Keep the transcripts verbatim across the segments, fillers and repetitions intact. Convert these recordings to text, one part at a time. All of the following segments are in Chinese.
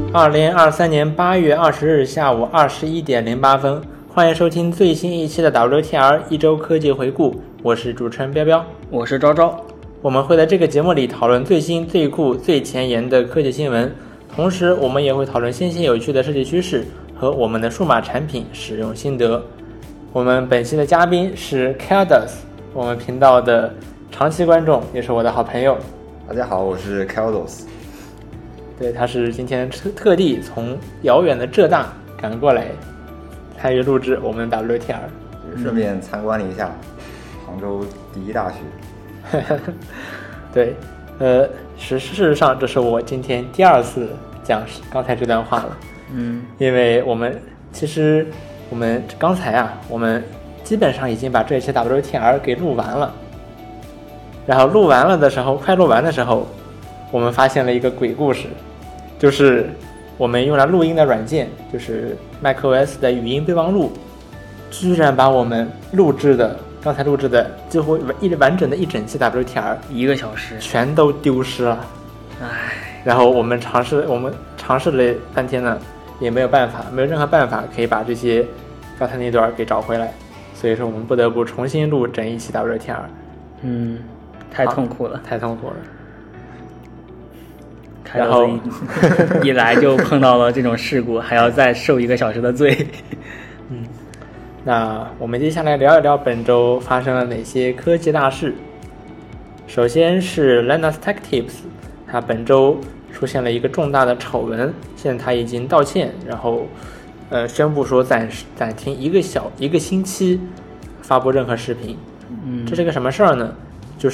二零二三年八月二十日下午二十一点零八分，欢迎收听最新一期的 W T R 一周科技回顾，我是主持人彪彪， 我是昭昭。 我们会在这个节目里讨论最新、最酷、最前沿的科技新闻，同时我们也会讨论新鲜有趣的设计趋势和我们的数码产品使用心得。我们本期的嘉宾是 Keldos， 我们频道的长期观众，也是我的好朋友。 大家好，我是 Keldos。 对，他是今天特地从遥远的浙大赶过来参与录制我们的 W T R， 顺便参观了一下杭州第一大学。 对，呃，事事实上这是我今天第二次讲刚才这段话了。 嗯， 因为我们其实我们刚才啊，我们基本上已经把这一期 W T R 给录完了。然后录完了的时候，快录完的时候，我们发现了一个鬼故事，就是我们用来录音的软件，就是 macOS 的语音备忘录，居然把我们录制的刚才录制的几乎一完整的一整期 W T R 一个小时全都丢失了。 唉， 然后我们尝试我们尝试了半天呢，也没有办法，没有任何办法可以把这些刚才那段给找回来，所以说我们不得不重新录整一期 W T R。 嗯，太痛苦了， 太痛苦了。 然后一来就碰到了这种事故，还要再受一个小时的罪。 嗯，那我们接下来聊一聊本周发生了哪些科技大事。首先是 Linus Tech Tips， 它本周出现了一个重大的丑闻，现在它已经道歉，然后呃宣布说暂时暂停一个小一个星期发布任何视频。 嗯， 这是个什么事儿呢？就是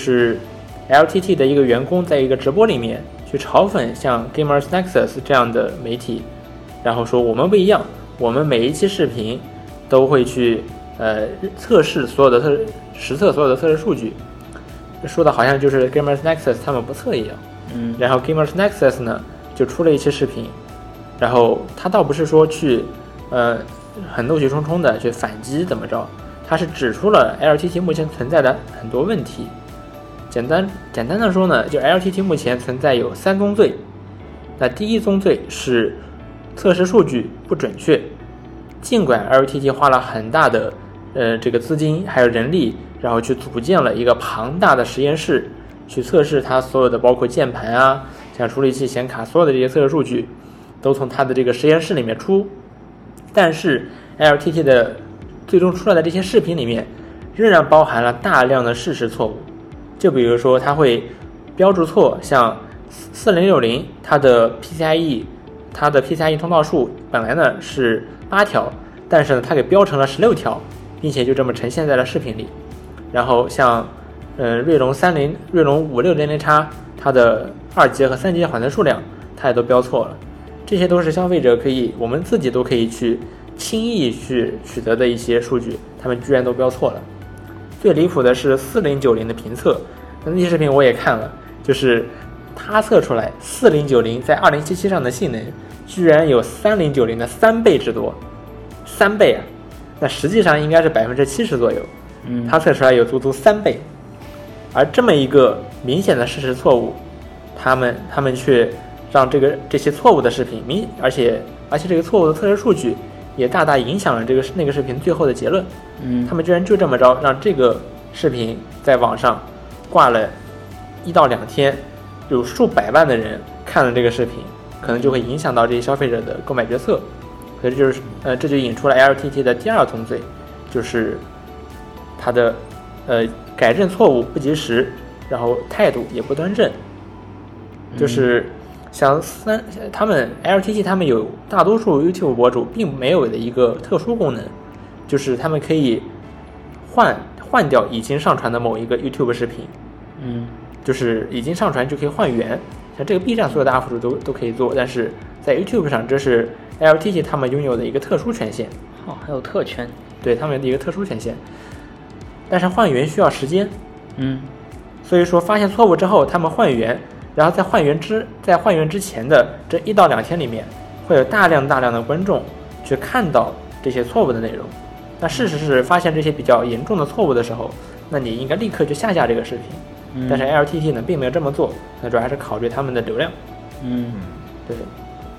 L T T 的一个员工在一个直播里面去嘲讽像 Gamers Nexus 这样的媒体，然后说我们不一样，我们每一期视频都会去呃测试所有的测实测所有的测试数据，说的好像就是 Gamers Nexus 他们不测一样。 嗯， 然后 Gamers Nexus 呢就出了一期视频，然后他倒不是说去呃很怒气冲冲的去反击怎么着，他是指出了 L T T 目前存在的很多问题。简单简单的说呢，就 L T T 目前存在有三宗罪。那第一宗罪是测试数据不准确，尽管 L T T 花了很大的呃这个资金还有人力，然后去组建了一个庞大的实验室，去测试它所有的包括键盘啊、像处理器、显卡所有的这些测试数据，都从它的这个实验室里面出。但是 L T T 的最终出来的这些视频里面，仍然包含了大量的事实错误。就比如说它会标注错，像四零六零它的 P C I E 它的 P C I E 通道数本来呢是八条，但是呢它给标成了十六条，并且就这么呈现在了视频里。然后像呃锐龙三零锐龙五六零零 X 它的二阶和三阶缓存数量它也都标错了。这些都是消费者可以我们自己都可以去轻易去取得的一些数据，他们居然都标错了。最离谱的是四零九零的评测，那期视频我也看了，就是他测出来四零九零在二零七七上的性能居然有三零九零的三倍之多，三倍啊！那实际上应该是百分之七十左右， 嗯， 他测出来有足足三倍。而这么一个明显的事实错误，他们他们却让这个这些错误的视频明，而且而且这个错误的测试数据也大大影响了这个那个视频最后的结论。 嗯， 他们居然就这么着让这个视频在网上挂了一到两天，有数百万的人看了这个视频，可能就会影响到这些消费者的购买决策。所以这就是呃这就引出了 L T T 的第二宗罪，就是它的呃改正错误不及时，然后态度也不端正。就是像三他们 L T T 他们有大多数 YouTube 博主并没有的一个特殊功能，就是他们可以换换掉已经上传的某一个 YouTube 视频， 嗯， 就是已经上传就可以换源。像这个 B 站所有的 U P 主都都可以做，但是在 YouTube 上这是 L T T 他们拥有的一个特殊权限。 哦，还有特权， 对他们的一个特殊权限。但是换源需要时间， 嗯， 所以说发现错误之后，他们换源，然后在换源之在换源之前的这一到两天里面，会有大量大量的观众去看到这些错误的内容。那事实是，发现这些比较严重的错误的时候，那你应该立刻就下架这个视频。 嗯、 但是 L T T 呢，并没有这么做，那主要还是考虑他们的流量。 嗯， 对。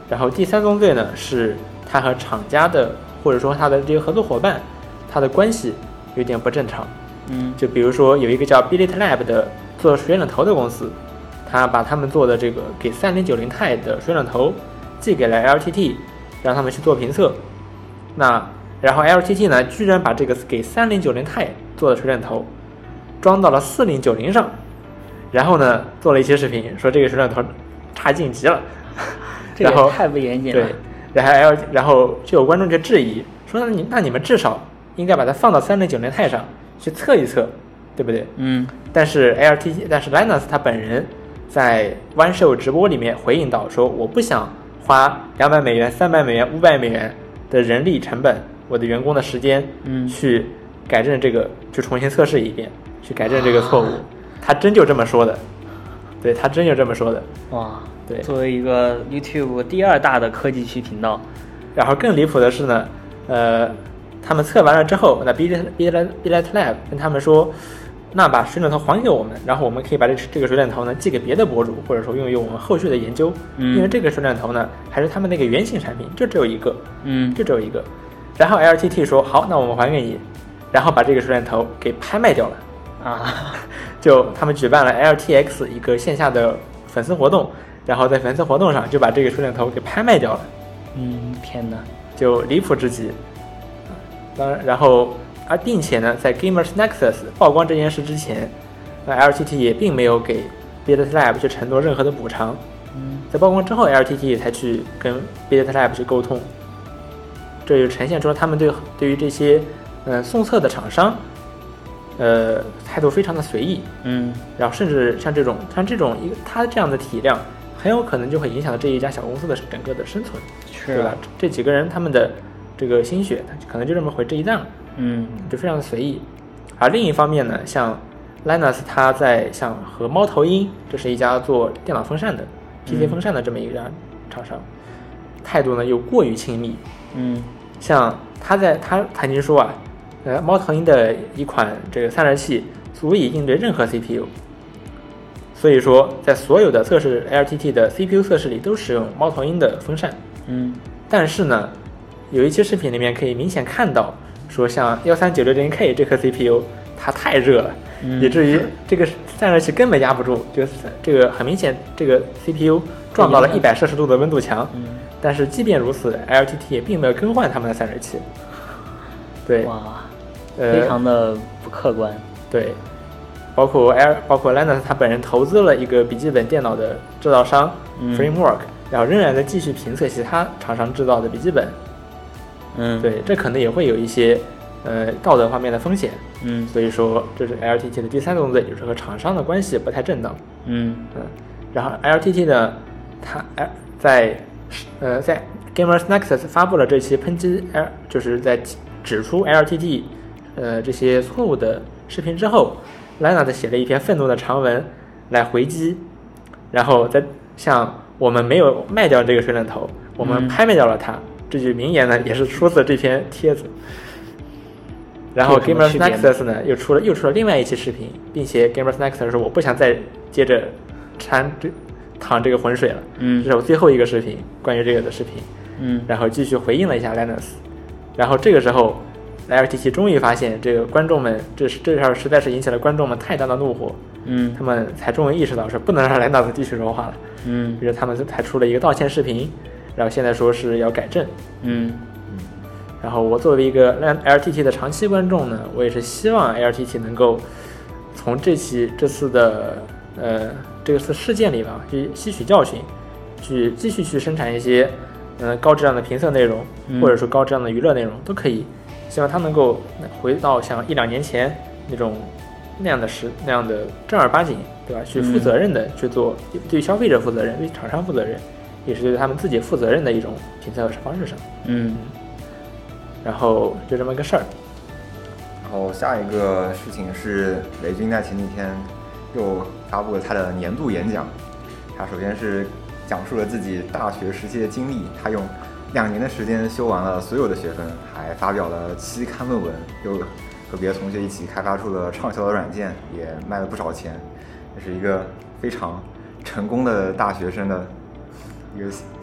然后第三宗罪呢，是他和厂家的或者说他的这些合作伙伴，他的关系有点不正常。 嗯， 就比如说有一个叫 Billet Lab 的做水冷头的公司，他把他们做的这个给三零九零钛的水冷头寄给了 L T T， 让他们去做评测。那然后 L T T 呢，居然把这个给三零九零钛做的水冷头装到了四零九零上，然后呢做了一些视频，说这个水冷头差劲极了。 这也太不严谨了。 对，然后 L 然后就有观众就质疑说，那你那你们至少应该把它放到三零九零钛上去测一测，对不对？ 嗯。 但是 L T T， 但是 Linus 他本人在 One Show 直播里面回应到说，我不想花两百美元、三百美元、五百美元的人力成本，我的员工的时间， 嗯， 去改正这个，去重新测试一遍，去改正这个错误。啊、他真就这么说的，对他真就这么说的。 哇， 对， 作为一个 YouTube 第二大的科技区频道， 然后更离谱的是呢，呃，他们测完了之后，那 Billet Billet Lab 跟他们说，那把水冷头还给我们，然后我们可以把这这个水冷头呢寄给别的博主，或者说用于我们后续的研究。嗯，因为这个水冷头呢还是他们那个原型产品，就只有一个， 嗯， 就只有一个。然后 L T T 说好，那我们还给你，然后把这个水冷头给拍卖掉了。 啊， 就他们举办了 L T X 一个线下的粉丝活动，然后在粉丝活动上就把这个水冷头给拍卖掉了。 嗯，天哪， 就离谱至极。当然，然后而并且呢，在 Gamers Nexus 曝光这件事之前，那 L T T 也并没有给 Billet Lab 去承诺任何的补偿。 嗯， 在曝光之后 ，L T T 才去跟 Billet Lab 去沟通。这就呈现出了他们对对于这些呃送测的厂商，呃态度非常的随意。 嗯， 然后甚至像这种像这种一个它这样的体量，很有可能就会影响到这一家小公司的整个的生存， 是对吧？这几个人他们的这个心血，他可能就这么回这一档， 嗯， 就非常的随意。而另一方面呢，像 Linus 他在像和猫头鹰，这是一家做电脑风扇的 P C 风扇的这么一家厂商，态度呢又过于亲密。 嗯， 像他在他曾经说啊，呃，猫头鹰的一款这个散热器足以应对任何 C P U。所以说，在所有的测试 L T T 的 C P U 测试里都使用猫头鹰的风扇。 嗯， 但是呢，有一期视频里面可以明显看到，说像一三九六零 K 这颗 C P U 它太热了， 嗯、 以至于这个散热器根本压不住，就是这个很明显，这个 C P U 撞到了一百摄氏度的温度墙。 嗯， 但是即便如此 ，L T T 也并没有更换他们的散热器。对， 哇， 呃， 非常的不客观。 对。包括 L， 包括 Linus 他本人投资了一个笔记本电脑的制造商、 嗯、 Framework， 然后仍然在继续评测其他厂商制造的笔记本。 嗯， 对，这可能也会有一些呃道德方面的风险。 嗯， 所以说这是 L T T 的第三宗罪，就是和厂商的关系不太正当。 嗯嗯，然后 L T T 呢，它在呃在 Gamers Nexus 发布了这期抨击 L， 就是在指出 L T T 呃这些错误的视频之后。Linus 写了一篇愤怒的长文来回击，然后再像我们没有卖掉这个水冷头，我们拍卖掉了它。嗯、这句名言呢，也是出自这篇帖子。然后 Gamers Nexus 呢，又出了又出了另外一期视频，并且 Gamers Nexus 说我不想再接着掺这淌这个浑水了。 嗯， 这是我最后一个视频，关于这个的视频。 嗯， 然后继续回应了一下 Linus， 然后这个时候。L T T 终于发现这个观众们，这是这事儿实在是引起了观众们太大的怒火， 嗯， 他们才终于意识到说不能让莱纳斯继续说话了， 嗯， 于是他们才出了一个道歉视频，然后现在说是要改正， 嗯嗯，然后我作为一个 L T T 的长期观众呢，我也是希望 L T T 能够从这期这次的呃这次事件里吧，去吸取教训，去继续去生产一些嗯、呃、高质量的评测内容， 嗯、 或者说高质量的娱乐内容都可以。希望他能够回到像一两年前那种那样的时那样的正儿八经，对吧？去负责任的去做，嗯、对消费者负责任，对厂商负责任，也是对他们自己负责任的一种评测方式上。 嗯， 然后就这么个事儿。 然后下一个事情是雷军在前几天又发布了他的年度演讲，他首先是讲述了自己大学时期的经历，他用两年的时间修完了所有的学分，还发表了期刊论文，又和别的同学一起开发出了畅销的软件，也卖了不少钱。这是一个非常成功的大学生的一个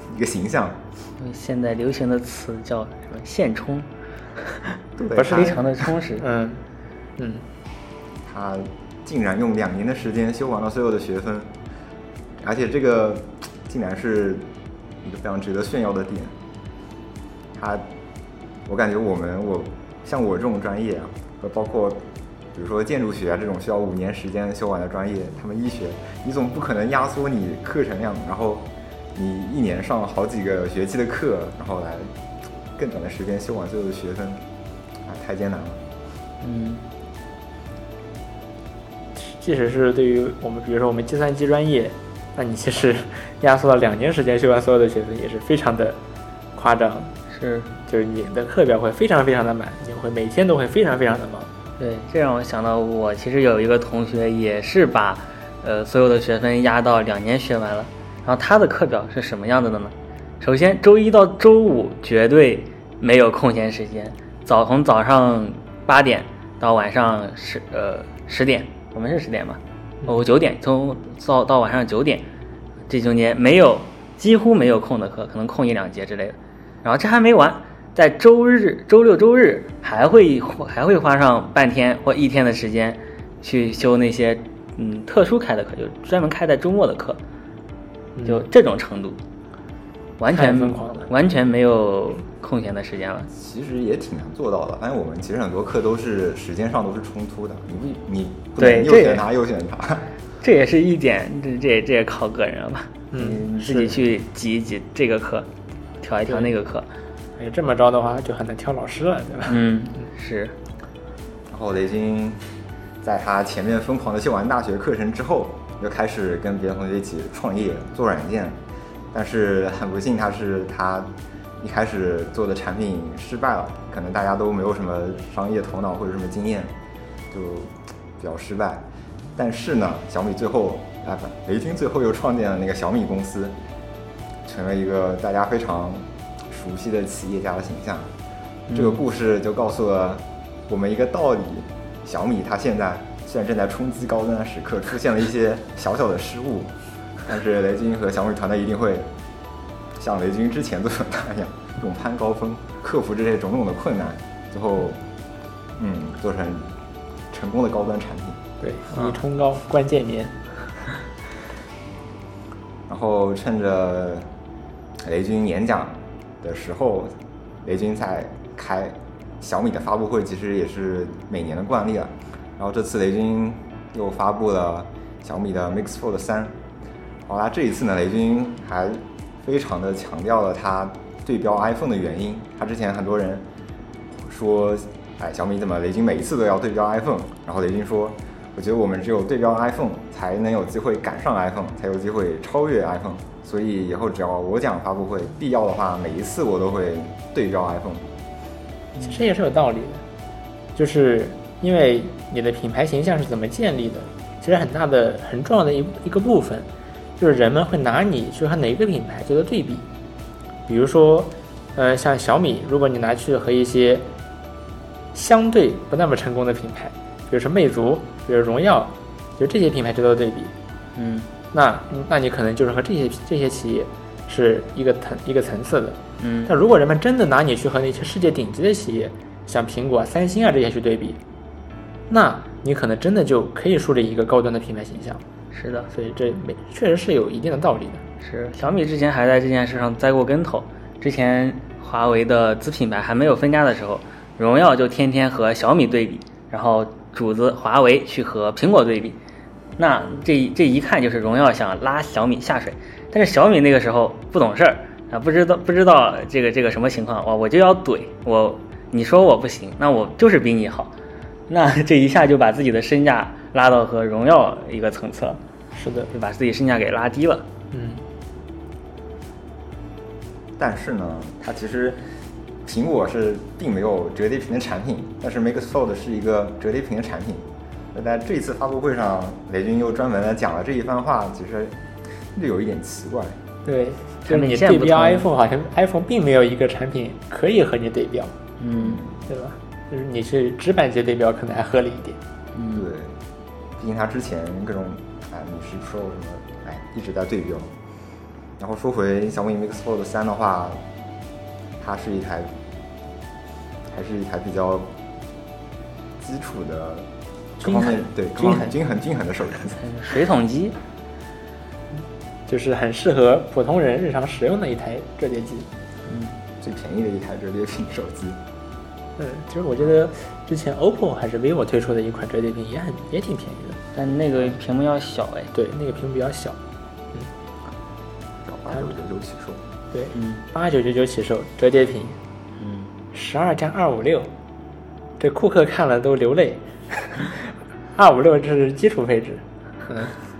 一个形象。 现在流行的词叫什么现充， 对， 不是非常的充实。 嗯嗯， 他竟然用两年的时间修完了所有的学分，而且这个竟然是一个非常值得炫耀的点。他，我感觉我们我像我这种专业啊，和包括比如说建筑学啊这种需要五年时间修完的专业，他们医学，你总不可能压缩你课程量，然后你一年上好几个学期的课，然后来更短的时间修完所有的学分，啊，太艰难了。 嗯， 即使是对于我们，比如说我们计算机专业，那你其实压缩到两年时间修完所有的学分，也是非常的夸张。 是， 就是你的课表会非常非常的满，你会每天都会非常非常的忙。 对，这让我想到，我其实有一个同学也是把，呃，所有的学分压到两年学完了。然后他的课表是什么样子的呢？首先，周一到周五绝对没有空闲时间，早从早上八点到晚上十呃十点，我们是十点吧？哦，九点，从到到晚上九点，这中间没有几乎没有空的课，可能空一两节之类的。然后这还没完，在周日、周六、周日还会还会花上半天或一天的时间去修那些嗯特殊开的课，就专门开在周末的课，就这种程度，完全疯狂了， 完全没有空闲的时间了。 其实也挺难做到的，反正我们其实很多课都是时间上都是冲突的，你不你不能又选它又选它。 这也是一点，这这这也靠个人了吧？ 嗯， 你自己去挤一挤这个课，调一调那个课。 哎，这么着的话就很难挑老师了，对吧？ 嗯，是。 然后雷军在他前面疯狂的修完大学课程之后，又开始跟别的同学一起创业做软件，但是很不幸，他是他一开始做的产品失败了，可能大家都没有什么商业头脑或者什么经验，就比较失败。但是呢，小米最后啊不，雷军最后又创建了那个小米公司，成为一个大家非常熟悉的企业家的形象。这个故事就告诉了我们一个道理：小米它现在虽然正在冲击高端的时刻，出现了一些小小的失误，但是雷军和小米团队一定会像雷军之前做的那样，勇攀高峰，克服这些种种的困难，最后嗯做成成功的高端产品。 对，你冲高关键年。 然后趁着雷军演讲的时候，雷军在开小米的发布会，其实也是每年的惯例了。然后这次雷军又发布了小米的 Mix Fold 三。好啦，这一次呢，雷军还非常的强调了他对标 iPhone 的原因。他之前很多人说，哎，小米怎么雷军每一次都要对标 iPhone？ 然后雷军说，我觉得我们只有对标 iPhone 才能有机会赶上 iPhone， 才有机会超越 iPhone。所以以后只要我讲发布会，必要的话，每一次我都会对标 iPhone。 其实也是有道理的，就是因为你的品牌形象是怎么建立的，其实很大的、很重要的一一个部分，就是人们会拿你去和哪个品牌做个对比。比如说，呃，像小米，如果你拿去和一些相对不那么成功的品牌，比如说魅族，比如荣耀，就这些品牌去做对比， 嗯， 那那你可能就是和这些这些企业是一个层一个层次的。 嗯， 但如果人们真的拿你去和那些世界顶级的企业，像苹果、三星啊这些去对比，那你可能真的就可以树立一个高端的品牌形象。 是的， 所以这没确实是有一定的道理的。 是小米之前还在这件事上栽过跟头。之前华为的子品牌还没有分家的时候，荣耀就天天和小米对比，然后主子华为去和苹果对比。那这这一看就是荣耀想拉小米下水，但是小米那个时候不懂事儿啊，不知道不知道这个这个什么情况，哇，我就要怼我，你说我不行，那我就是比你好，那这一下就把自己的身价拉到和荣耀一个层次了。 是的， 就把自己身价给拉低了。 嗯。 但是呢，它其实苹果是并没有折叠屏的产品，但是 Mix Fold 是一个折叠屏的产品。那在这次发布会上，雷军又专门的讲了这一番话，其实略有一点奇怪。 对，就是你对标 iPhone， 好像 iPhone 并没有一个产品可以和你对标， 嗯， 对吧？就是你是直板级对标，可能还合理一点。 嗯，对，毕竟它之前各种哎米十 Pro 什么，哎一直在对标。 然后说回小米 Mix Fold 三的话，它是一台还是一台比较基础的各方面对均衡均衡均衡的手机， 水桶机， 就是很适合普通人日常使用的一台折叠机。 嗯， 最便宜的一台折叠屏手机。 嗯，其实我觉得之前 O P P O 还是 vivo 推出的一款折叠屏也很也挺便宜的， 但那个屏幕要小哎。 对，那个屏幕比较小。嗯， 八九九九起售。 对， 嗯， 八九九九起售折叠屏， 嗯， 十二加二五六，这库克看了都流泪。二五六这是基础配置。嗯。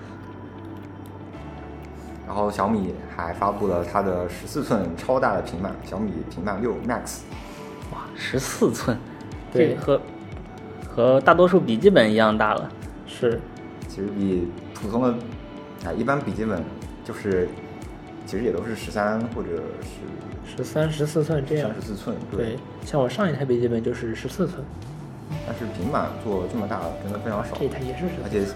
然后小米还发布了它的十四寸超大的平板，小米平板六 Max。 哇，十四寸， 对， 这和和大多数笔记本一样大了。 是， 其实比普通的啊一般笔记本就是其实也都是十三或者是十三、十四寸这样。 十四寸， 对，对，像我上一台笔记本就是十四寸， 但是平板做这么大真的非常少。 这一台也是十四， 而且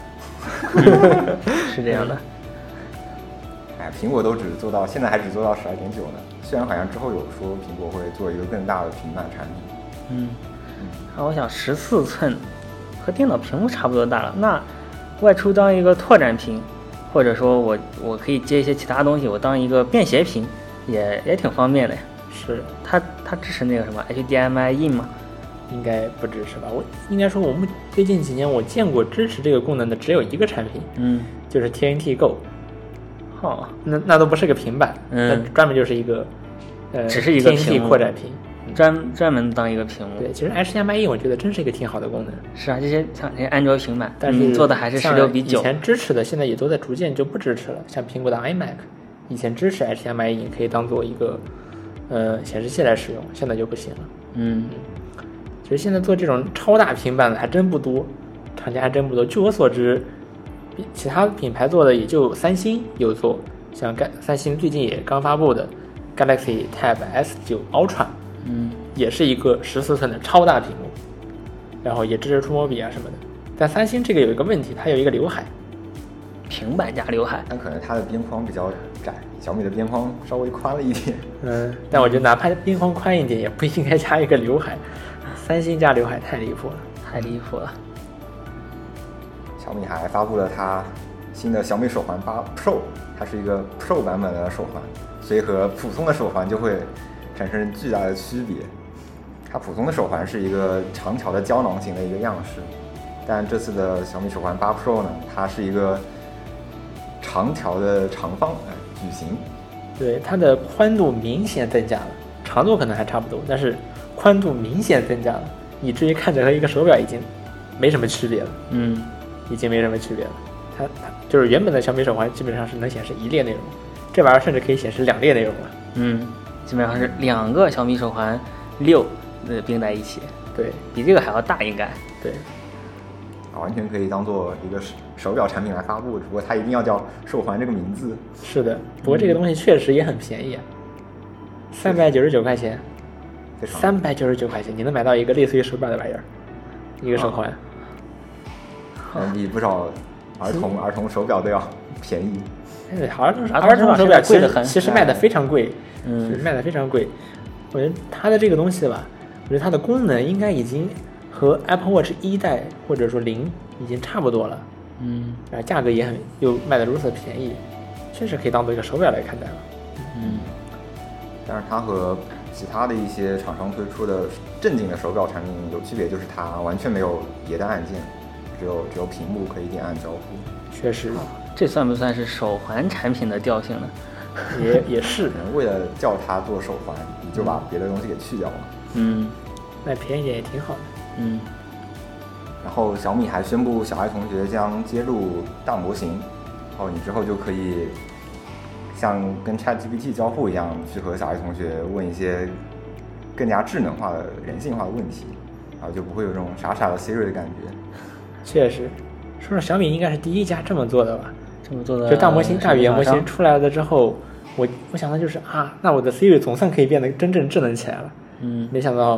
是这样的。 哎，苹果都只做到现在还只做到十二点九呢。虽然好像之后有说苹果会做一个更大的平板产品。 嗯，那我想十四寸和电脑屏幕差不多大了，那外出当一个拓展屏，或者说我我可以接一些其他东西，我当一个便携屏也也挺方便的呀。 是， 它它支持那个什么 H D M I in 吗？ 应该不支持吧？我应该说，我们最近几年我见过支持这个功能的只有一个产品， 嗯， 就是 T N T Go。 哦， 那那都不是个平板， 嗯， 那专门就是一个，呃， 只是一个 T N T 扩展屏， 专专门当一个屏幕。 对，其实 H D M I in 我觉得真是一个挺好的功能。 是啊，这些像这些安卓平板， 但是、 嗯、做的还是十六比九。 以前支持的，现在也都在逐渐就不支持了。像苹果的 iMac， 以前支持 H D M I in 可以当做一个呃显示器来使用，现在就不行了。 嗯， 其实现在做这种超大平板的还真不多，厂家还真不多。据我所知，其他品牌做的也就三星有做。像三星最近也刚发布的 Galaxy Tab S 九 Ultra， 嗯， 也是一个十四寸的超大屏幕，然后也支持触摸笔啊什么的。但三星这个有一个问题，它有一个刘海， 平板加刘海， 但可能它的边框比较窄，小米的边框稍微宽了一点。 嗯，但我觉得哪怕边框宽一点，也不应该加一个刘海。三星加刘海太离谱了， 太离谱了。 小米还发布了它新的小米手环八 Pro。它是一个 Pro 版本的手环，所以和普通的手环就会产生巨大的区别。它普通的手环是一个长条的胶囊型的一个样式，但这次的小米手环八 Pro 呢，它是一个长条的长方哎矩形。 对，它的宽度明显增加了，长度可能还差不多，但是宽度明显增加了，以至于看着和一个手表已经没什么区别了。 嗯， 已经没什么区别了。它它就是原本的小米手环基本上是能显示一列内容，这玩意儿甚至可以显示两列内容了。 嗯，基本上是两个小米手环六呃并在一起， 对， 比这个还要大应该。 对， 啊，完全可以当做一个手表产品来发布，只不过它一定要叫手环这个名字。 是的，不过这个东西确实也很便宜啊，三百九十九块钱，三百九十九块钱，你能买到一个类似于手表的玩意儿，一个手环， 嗯，比不少儿童儿童手表都要便宜。 哎，儿童儿童手表贵的很， 其实卖的非常贵， 嗯， 卖的非常贵。我觉得它的这个东西吧，我觉得它的功能应该已经和 Apple Watch 一代或者说零已经差不多了， 嗯， 然后价格也很又卖的如此便宜，确实可以当做一个手表来看待了。 嗯， 但是它和其他的一些厂商推出的正经的手表产品有区别，就是它完全没有别的按键。只有只有屏幕可以点按交互， 确实， 这算不算是手环产品的调性呢？ 也也是， 为了叫它做手环，你就把别的东西给去掉了。 嗯， 卖便宜点也挺好的。 嗯。 然后小米还宣布，小爱同学将接入大模型，然后你之后就可以像跟 ChatGPT 交互一样，去和小爱同学问一些更加智能化的、人性化的问题，然后就不会有这种傻傻的 Siri 的感觉。 确实，说说小米应该是第一家这么做的吧？ 这么做的， 就大模型、大语言模型出来了之后，我我想的就是啊，那我的 Siri 总算可以变得真正智能起来了。 嗯， 没想到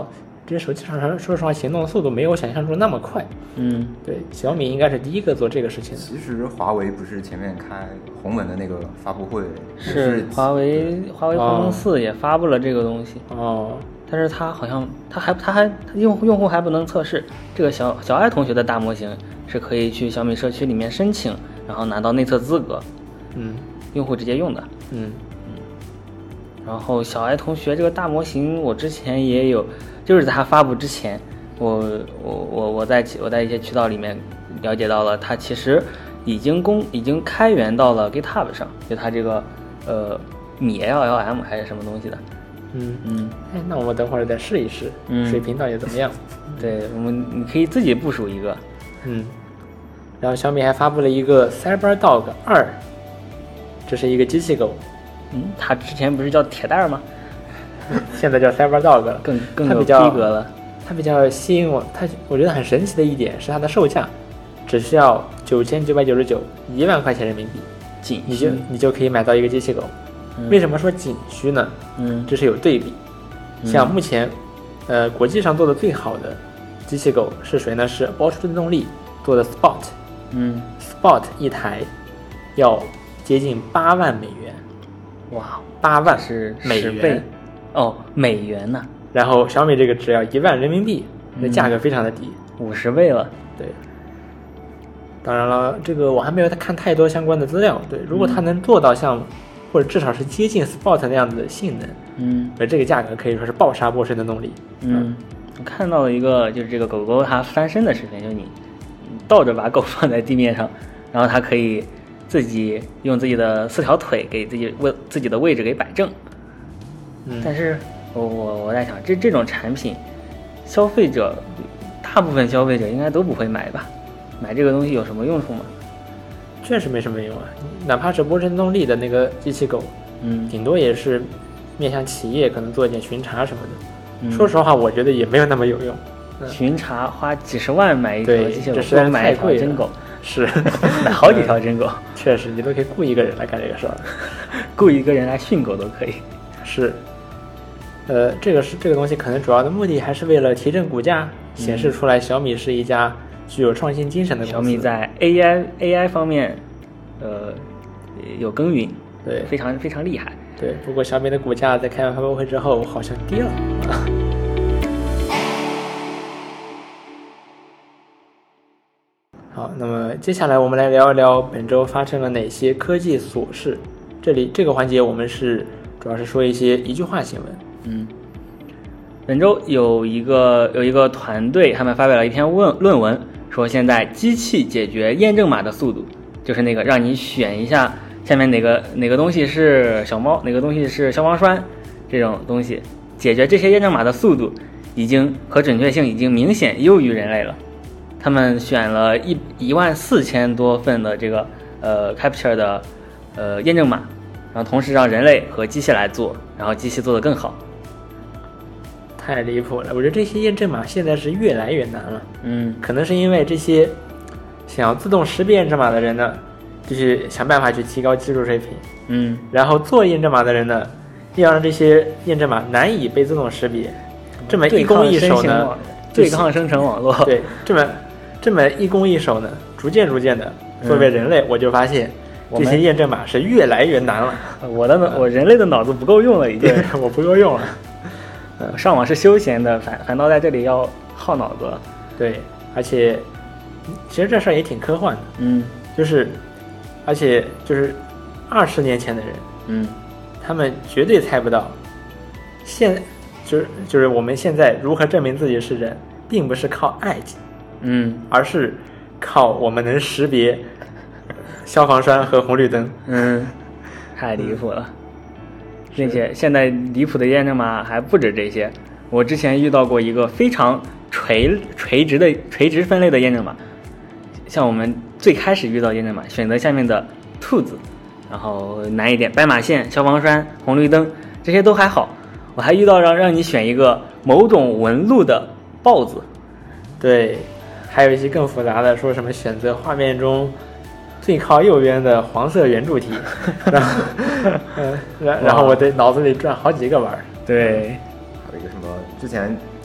这些手机厂商说实话行动速度没有想象中那么快。 嗯， 对，小米应该是第一个做这个事情的。 其实华为不是前面开鸿蒙的那个发布会， 是华为华为鸿蒙四也发布了这个东西哦， 但是它好像它还它还它用户用户还不能测试。这个小小爱同学的大模型是可以去小米社区里面申请，然后拿到内测资格， 嗯， 用户直接用的。 嗯嗯。然后小爱同学这个大模型，我之前也有，就是在它发布之前，我我我我在我在一些渠道里面了解到了，它其实已经公已经开源到了 GitHub 上，就它这个呃米 L L M 还是什么东西的。 嗯嗯， 哎，那我们等会儿再试一试， 嗯， 水平到底怎么样？ 对，我们你可以自己部署一个。 嗯，然后小米还发布了一个 CyberDog 二，这是一个机器狗。 嗯，它之前不是叫铁蛋吗？ 现在叫 CyberDog 了， 更更有逼它比较格了。 它比较吸引我，它我觉得很神奇的一点是它的售价只需要九千九百九十九，一万块钱人民币， 仅你就你就可以买到一个机器狗。 嗯、 为什么说仅需呢？ 嗯， 这是有对比。 嗯、 像目前，呃，国际上做的最好的机器狗是谁呢？是包出动力做的 Spot。 嗯 ，Spot 一台要接近八万美元。 哇， 八万是美元哦，美元呢、啊？ 然后小米这个只要一万人民币，这价格非常的低， 五十倍了。 对。当然了，这个我还没有看太多相关的资料。对，如果它能做到像，嗯、或者至少是接近 Spot 那样子的性能， 嗯， 而这个价格可以说是暴杀波神的动力。 嗯，我看到了一个就是这个狗狗它翻身的视频，就是你倒着把狗放在地面上，然后它可以自己用自己的四条腿给自己位自己的位置给摆正。 嗯， 但是我我我在想，这这种产品，消费者大部分消费者应该都不会买吧？买这个东西有什么用处吗？ 确实没什么用啊，哪怕是波神动力的那个机器狗， 嗯， 顶多也是面向企业可能做一点巡查什么的。 嗯、 说实话，我觉得也没有那么有用。 嗯、巡查花几十万买一条机器狗， 这不买一条真狗， 是买好几条真狗。 确实，你都可以雇一个人来干这个事儿， 雇一个人来训狗都可以。 是，呃，这个是这个东西可能主要的目的还是为了提振股价， 嗯、 显示出来小米是一家具有创新精神的公司。 小米在 A I A I 方面，呃，有耕耘， 对， 非常非常厉害。 对，不过小米的股价在开完发布会之后好像跌了。好，那么接下来我们来聊一聊本周发生了哪些科技琐事。这里这个环节我们是主要是说一些一句话新闻。 嗯，本周有一个有一个团队，他们发表了一篇论论文，说现在机器解决验证码的速度，就是那个让你选一下下面哪个哪个东西是小猫，哪个东西是消防栓，这种东西解决这些验证码的速度已经和准确性已经明显优于人类了。他们选了一一万四千多份的这个呃 capture 的呃验证码，然后同时让人类和机器来做，然后机器做得更好。 太离谱了！我觉得这些验证码现在是越来越难了。 嗯， 可能是因为这些想要自动识别验证码的人呢，就是想办法去提高技术水平。 嗯， 然后做验证码的人呢，要让这些验证码难以被自动识别。这么一攻一守呢， 对抗生成网络。 对，这么这么一攻一守呢，逐渐逐渐的，作为人类，我就发现这些验证码是越来越难了。 我的我人类的脑子不够用了，已经， 对，我不够用了。 呃，上网是休闲的，反反倒在这里要耗脑子。 对，而且其实这事儿也挺科幻的。 嗯， 就是，而且就是二十年前的人， 嗯， 他们绝对猜不到，现就是就是我们现在如何证明自己是人，并不是靠爱情， 嗯， 而是靠我们能识别消防栓和红绿灯。 嗯，太离谱了。并且现在离谱的验证码还不止这些，我之前遇到过一个非常垂垂直的垂直分类的验证码，像我们最开始遇到验证码，选择下面的兔子，然后难一点斑马线、消防栓、红绿灯，这些都还好。我还遇到让让你选一个某种纹路的豹子， 对，还有一些更复杂的，说什么选择画面中最靠右边的黄色圆柱体，然后，嗯，然然后我在脑子里转好几个弯儿。 对， 还有一个什么，之前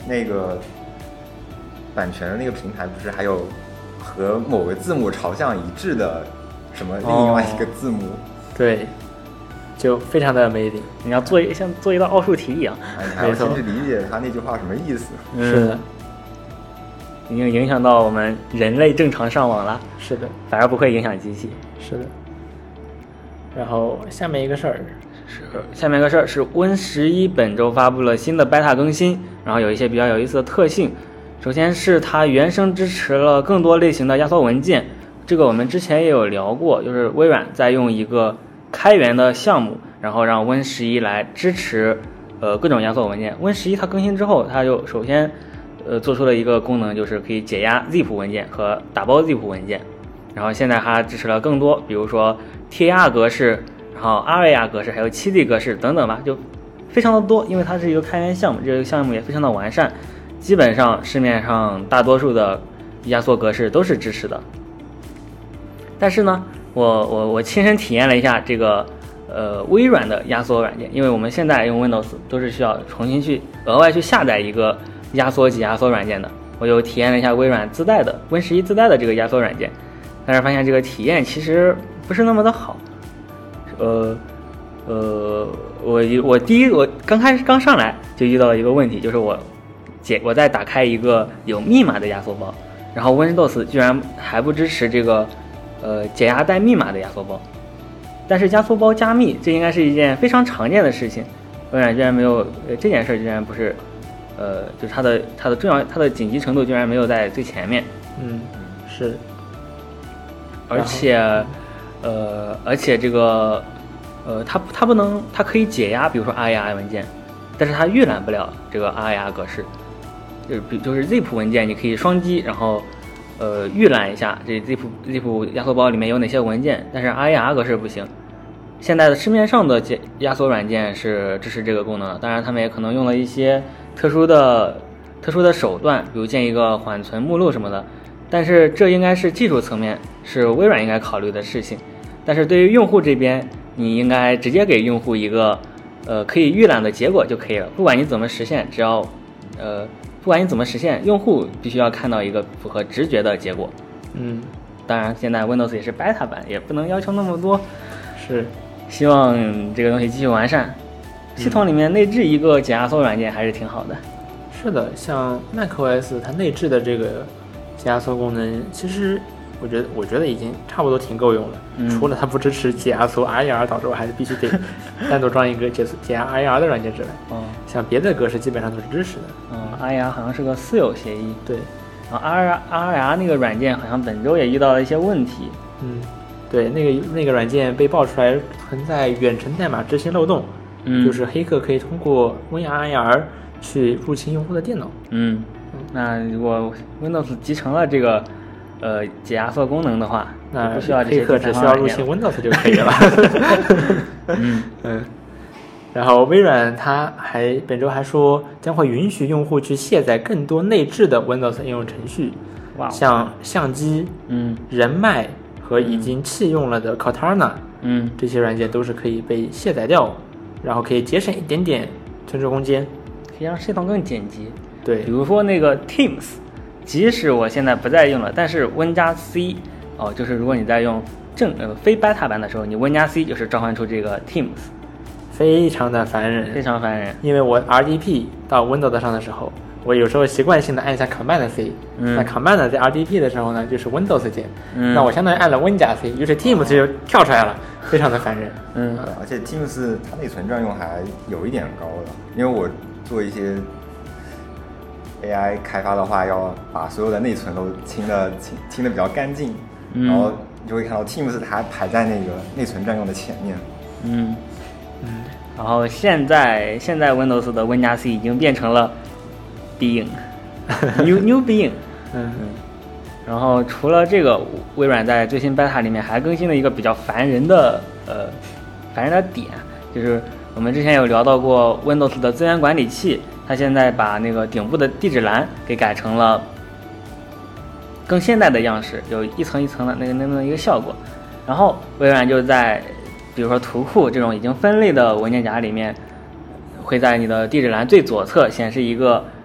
那个版权的那个平台不是还有和某个字母朝向一致的什么另外一个字母？哦、 对，就非常的 amazing。 你要做一像做一道奥数题一样， 哎，你还要先去理解他那句话什么意思。 嗯、 是的， 已经影响到我们人类正常上网了。 是的， 反而不会影响机器。 是的。然后下面一个事儿是，下面一个事儿是 Win 十一本周发布了新的 beta 更新，然后有一些比较有意思的特性。首先是它原生支持了更多类型的压缩文件，这个我们之前也有聊过，就是微软在用一个开源的项目，然后让 Win 十一来支持呃各种压缩文件。Win 十一它更新之后，它就首先呃做出了一个功能，就是可以解压 zip 文件和打包 zip 文件。然后现在它支持了更多，比如说 T A R 格式，然后 R A R 格式，还有 七 D 格式等等吧，就非常的多。因为它是一个开源项目，这个项目也非常的完善，基本上市面上大多数的压缩格式都是支持的。但是呢，我我我亲身体验了一下这个呃微软的压缩软件，因为我们现在用 Windows 都是需要重新去额外去下载一个压缩解压缩软件的。我就体验了一下微软自带的 Win 十一自带的这个压缩软件。但是发现这个体验其实不是那么的好，呃，呃，我我第一我刚开始刚上来就遇到了一个问题，就是我解我在打开一个有密码的压缩包，然后 Windows 居然还不支持这个呃解压带密码的压缩包，但是压缩包加密这应该是一件非常常见的事情，微软居然没有呃这件事居然不是呃就是它的它的重要它的紧急程度居然没有在最前面， 嗯，是。 而且，呃，而且这个，呃，它它不能，它可以解压，比如说 R A R 文件，但是它预览不了这个 R A R 格式，就是比就是 zip 文件，你可以双击，然后，呃，预览一下这 zip zip 压缩包里面有哪些文件，但是 R A R 格式不行。现在的市面上的解压缩软件是支持这个功能的，当然他们也可能用了一些特殊的特殊的手段，比如建一个缓存目录什么的。但是这应该是技术层面，是微软应该考虑的事情。但是对于用户这边，你应该直接给用户一个，呃，可以预览的结果就可以了。不管你怎么实现，只要，呃，不管你怎么实现，用户必须要看到一个符合直觉的结果。 嗯， 当然现在 Windows 也是 beta 版，也不能要求那么多。 是， 希望这个东西继续完善。系统里面内置一个解压缩软件还是挺好的。 是的，像 macOS 它内置的这个压缩功能，其实我觉得我觉得已经差不多挺够用了。嗯、除了它不支持解压缩 R A R， 导致我还是必须得单独装一个解解压 R A R 的软件之类。 嗯， 像别的格式基本上都是支持的。 嗯 ，R A R 好像是个私有协议。 对， 然后 R R R 那个软件好像本周也遇到了一些问题。 嗯，对，那个那个软件被爆出来存在远程代码执行漏洞， 嗯， 就是黑客可以通过 Win R A R 去入侵用户的电脑。 嗯。那如果 Windows 集成了这个呃解压缩功能的话， 那不需要这些黑客只需要入侵 Windows 就可以了。 嗯嗯。然后微软它还本周还说将会允许用户去卸载更多内置的 Windows 应用程序， 哇， 像相机、 嗯、 人脉和已经弃用了的 Cortana， 嗯， 这些软件都是可以被卸载掉，然后可以节省一点点存储空间， 可以让系统更简洁。 对， 比如说那个 Teams， 即使我现在不再用了，但是 Win 加 C， 哦，就是如果你在用正呃非 beta 版的时候，你 Win 加 C 就是召唤出这个 Teams， 非常的烦人， 非常烦人。 因为我 R D P 到 Windows 上的时候，我有时候习惯性的按一下 Command C，嗯，那 Command 在 R D P 的时候呢，就是 Windows 键，嗯，那我相当于按了 Win 加 C， 于是 Teams 就跳出来了，非常的烦人。 嗯， 而且 Teams 它内存占用还有一点高的，因为我做一些A I 开发的话，要把所有的内存都清的清清的比较干净，嗯、然后你就会看到 Teams 它还排在那个内存占用的前面。 嗯嗯，然后现在现在 Windows 的 Win 加 C 已经变成了 Bing New New Bing。 嗯嗯。 然后除了这个，微软在最新 beta 里面还更新了一个比较烦人的呃烦人的点，就是我们之前有聊到过 Windows 的资源管理器。它现在把那个顶部的地址栏给改成了更现代的样式，有一层一层的那个那么一个效果。然后微软就在比如说图库这种已经分类的文件夹里面，会在你的地址栏最左侧显示一个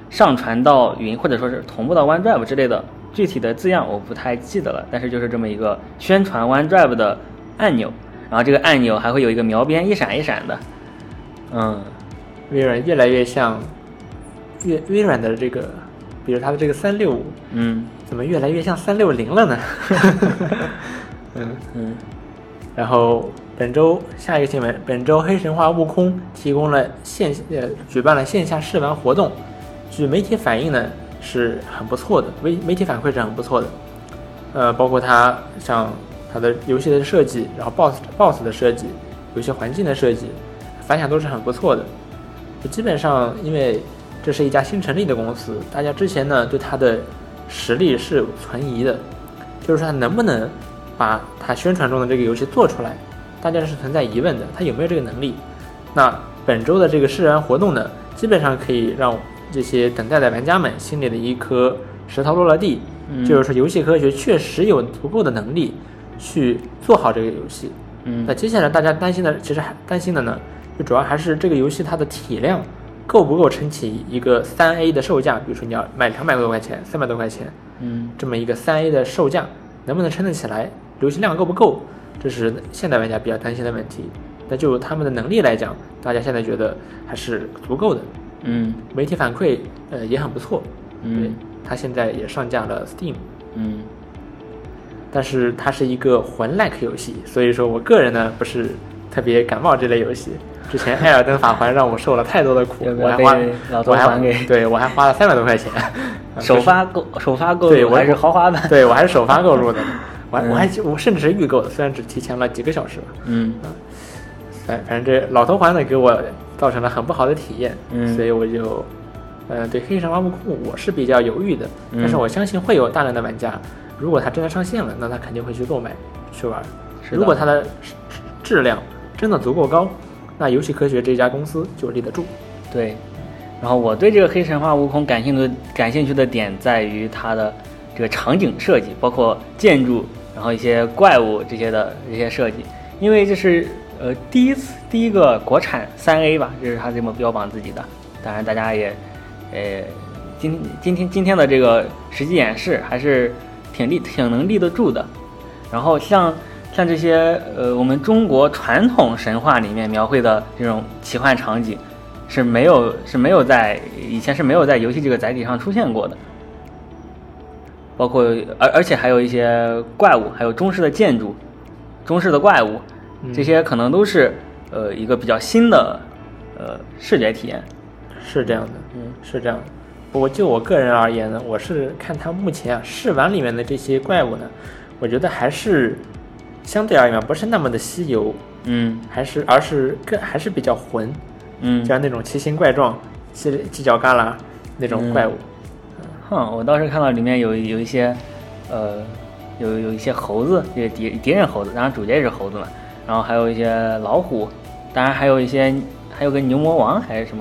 上传到云，或者说是同步到 OneDrive 之类的，具体的字样我不太记得了，但是就是这么一个宣传 OneDrive 的按钮，然后这个按钮还会有一个描边一闪一闪的。嗯， 微软越来越像微微软的这个，比如它的这个三六五， 嗯， 怎么越来越像三六零了呢？嗯嗯。 然后本周下一个新闻，本周黑神话悟空提供了线呃举办了线下试玩活动，据媒体反映呢是很不错的，媒媒体反馈是很不错的，呃，包括它像它的游戏的设计，然后 boss boss 的设计，游戏环境的设计，反响都是很不错的。基本上因为这是一家新成立的公司，大家之前呢对它的实力是存疑的，就是说它能不能把它宣传中的这个游戏做出来，大家是存在疑问的，它有没有这个能力？那本周的这个试玩活动呢，基本上可以让这些等待的玩家们心里的一颗石头落了地， 嗯、 就是说游戏科学确实有足够的能力去做好这个游戏。 嗯， 那接下来大家担心的，其实还担心的呢，就主要还是这个游戏它的体量够不够撑起一个三 A 的售价，比如说你要卖两百多块钱、三百多块钱， 嗯， 这么一个三 A 的售价能不能撑得起来？流行量够不够？这是现代玩家比较担心的问题。那就他们的能力来讲，大家现在觉得还是足够的。 嗯， 媒体反馈呃也很不错。 嗯， 对，它现在也上架了 Steam。 嗯， 但是它是一个魂 like 游戏，所以说我个人呢不是特别感冒这类游戏。之前《艾尔登法环》让我受了太多的苦，我还花老头环给对我还花了三百多块钱， 首发购首发购对， 我还是豪华版， 对我还是首发购入的，我还、嗯、我还我甚至是预购的，虽然只提前了几个小时吧。 嗯， 反反正这老头环呢给我造成了很不好的体验， 嗯， 所以我就呃对黑神话悟空我是比较犹豫的， 嗯、 但是我相信会有大量的玩家，如果他真的上线了，那他肯定会去购买去玩。如果它的质量真的足够高，那游戏科学这家公司就立得住。 对，然后我对这个黑神话悟空感兴趣的感兴趣的点在于它的这个场景设计，包括建筑，然后一些怪物这些的这些设计，因为这是呃第一次第一个国产三 A 吧，这是他这么标榜自己的。当然大家也呃今今天今天的这个实际演示还是挺立挺能立得住的。然后像像这些呃我们中国传统神话里面描绘的这种奇幻场景是没有是没有在以前是没有在游戏这个载体上出现过的，包括而而且还有一些怪物，还有中式的建筑、中式的怪物，这些可能都是呃一个比较新的呃视觉体验。 是这样的，嗯，是这样的。不过就我个人而言呢，我是看它目前啊试玩里面的这些怪物呢，我觉得还是相对而言不是那么的稀有， 嗯， 还是而是更还是比较混， 嗯， 就像那种奇形怪状、犄犄角旮旯那种怪物。 嗯、哼，我倒是看到里面有有一些，呃，有有一些猴子，这个敌敌人猴子，当然主角也是猴子嘛，然后还有一些老虎，当然还有一些还有个牛魔王还是什么，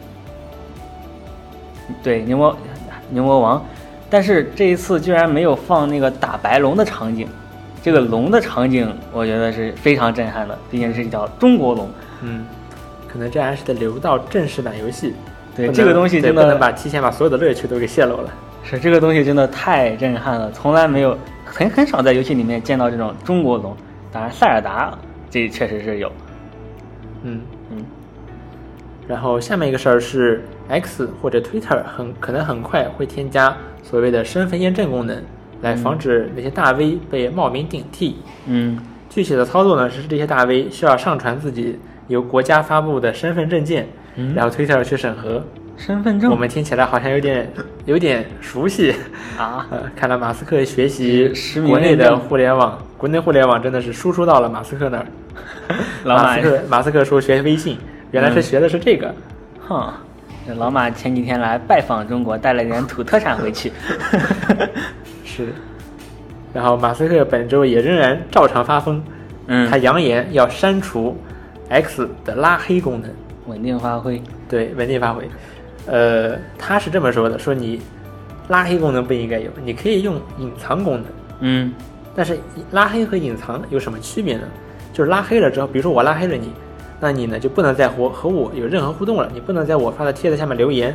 对，牛魔牛魔王，但是这一次居然没有放那个打白龙的场景。这个龙的场景我觉得是非常震撼的，毕竟是一条中国龙。 嗯，可能这还是得留到正式版游戏。 对，这个东西真的不能把提前把所有的乐趣都给泄露了。 是，这个东西真的太震撼了，从来没有很很少在游戏里面见到这种中国龙。当然塞尔达这确实是有。 嗯嗯。 然后下面一个事儿是 X 或者 Twitter 很可能很快会添加所谓的身份验证功能，来防止那些大 V 被冒名顶替。 嗯， 具体的操作呢是这些大 V 需要上传自己由国家发布的身份证件， 嗯、 然后 Twitter 去审核。 身份证， 我们听起来好像有点有点熟悉啊。 呃，看来马斯克学习国内的互联网，国内互联网真的是输出到了马斯克那儿。 老马马斯克马斯克说学微信，原来是学的是这个。 嗯、哼。老马前几天来拜访中国，带了点土特产回去。 是，然后马斯克本周也仍然照常发疯， 嗯， 他扬言要删除 X 的拉黑功能， 稳定发挥。 对，稳定发挥。呃，他是这么说的，说你拉黑功能不应该有，你可以用隐藏功能。 嗯， 但是拉黑和隐藏有什么区别呢？就是拉黑了之后，比如说我拉黑了你。那你呢就不能再和和我有任何互动了，你不能在我发的帖子下面留言，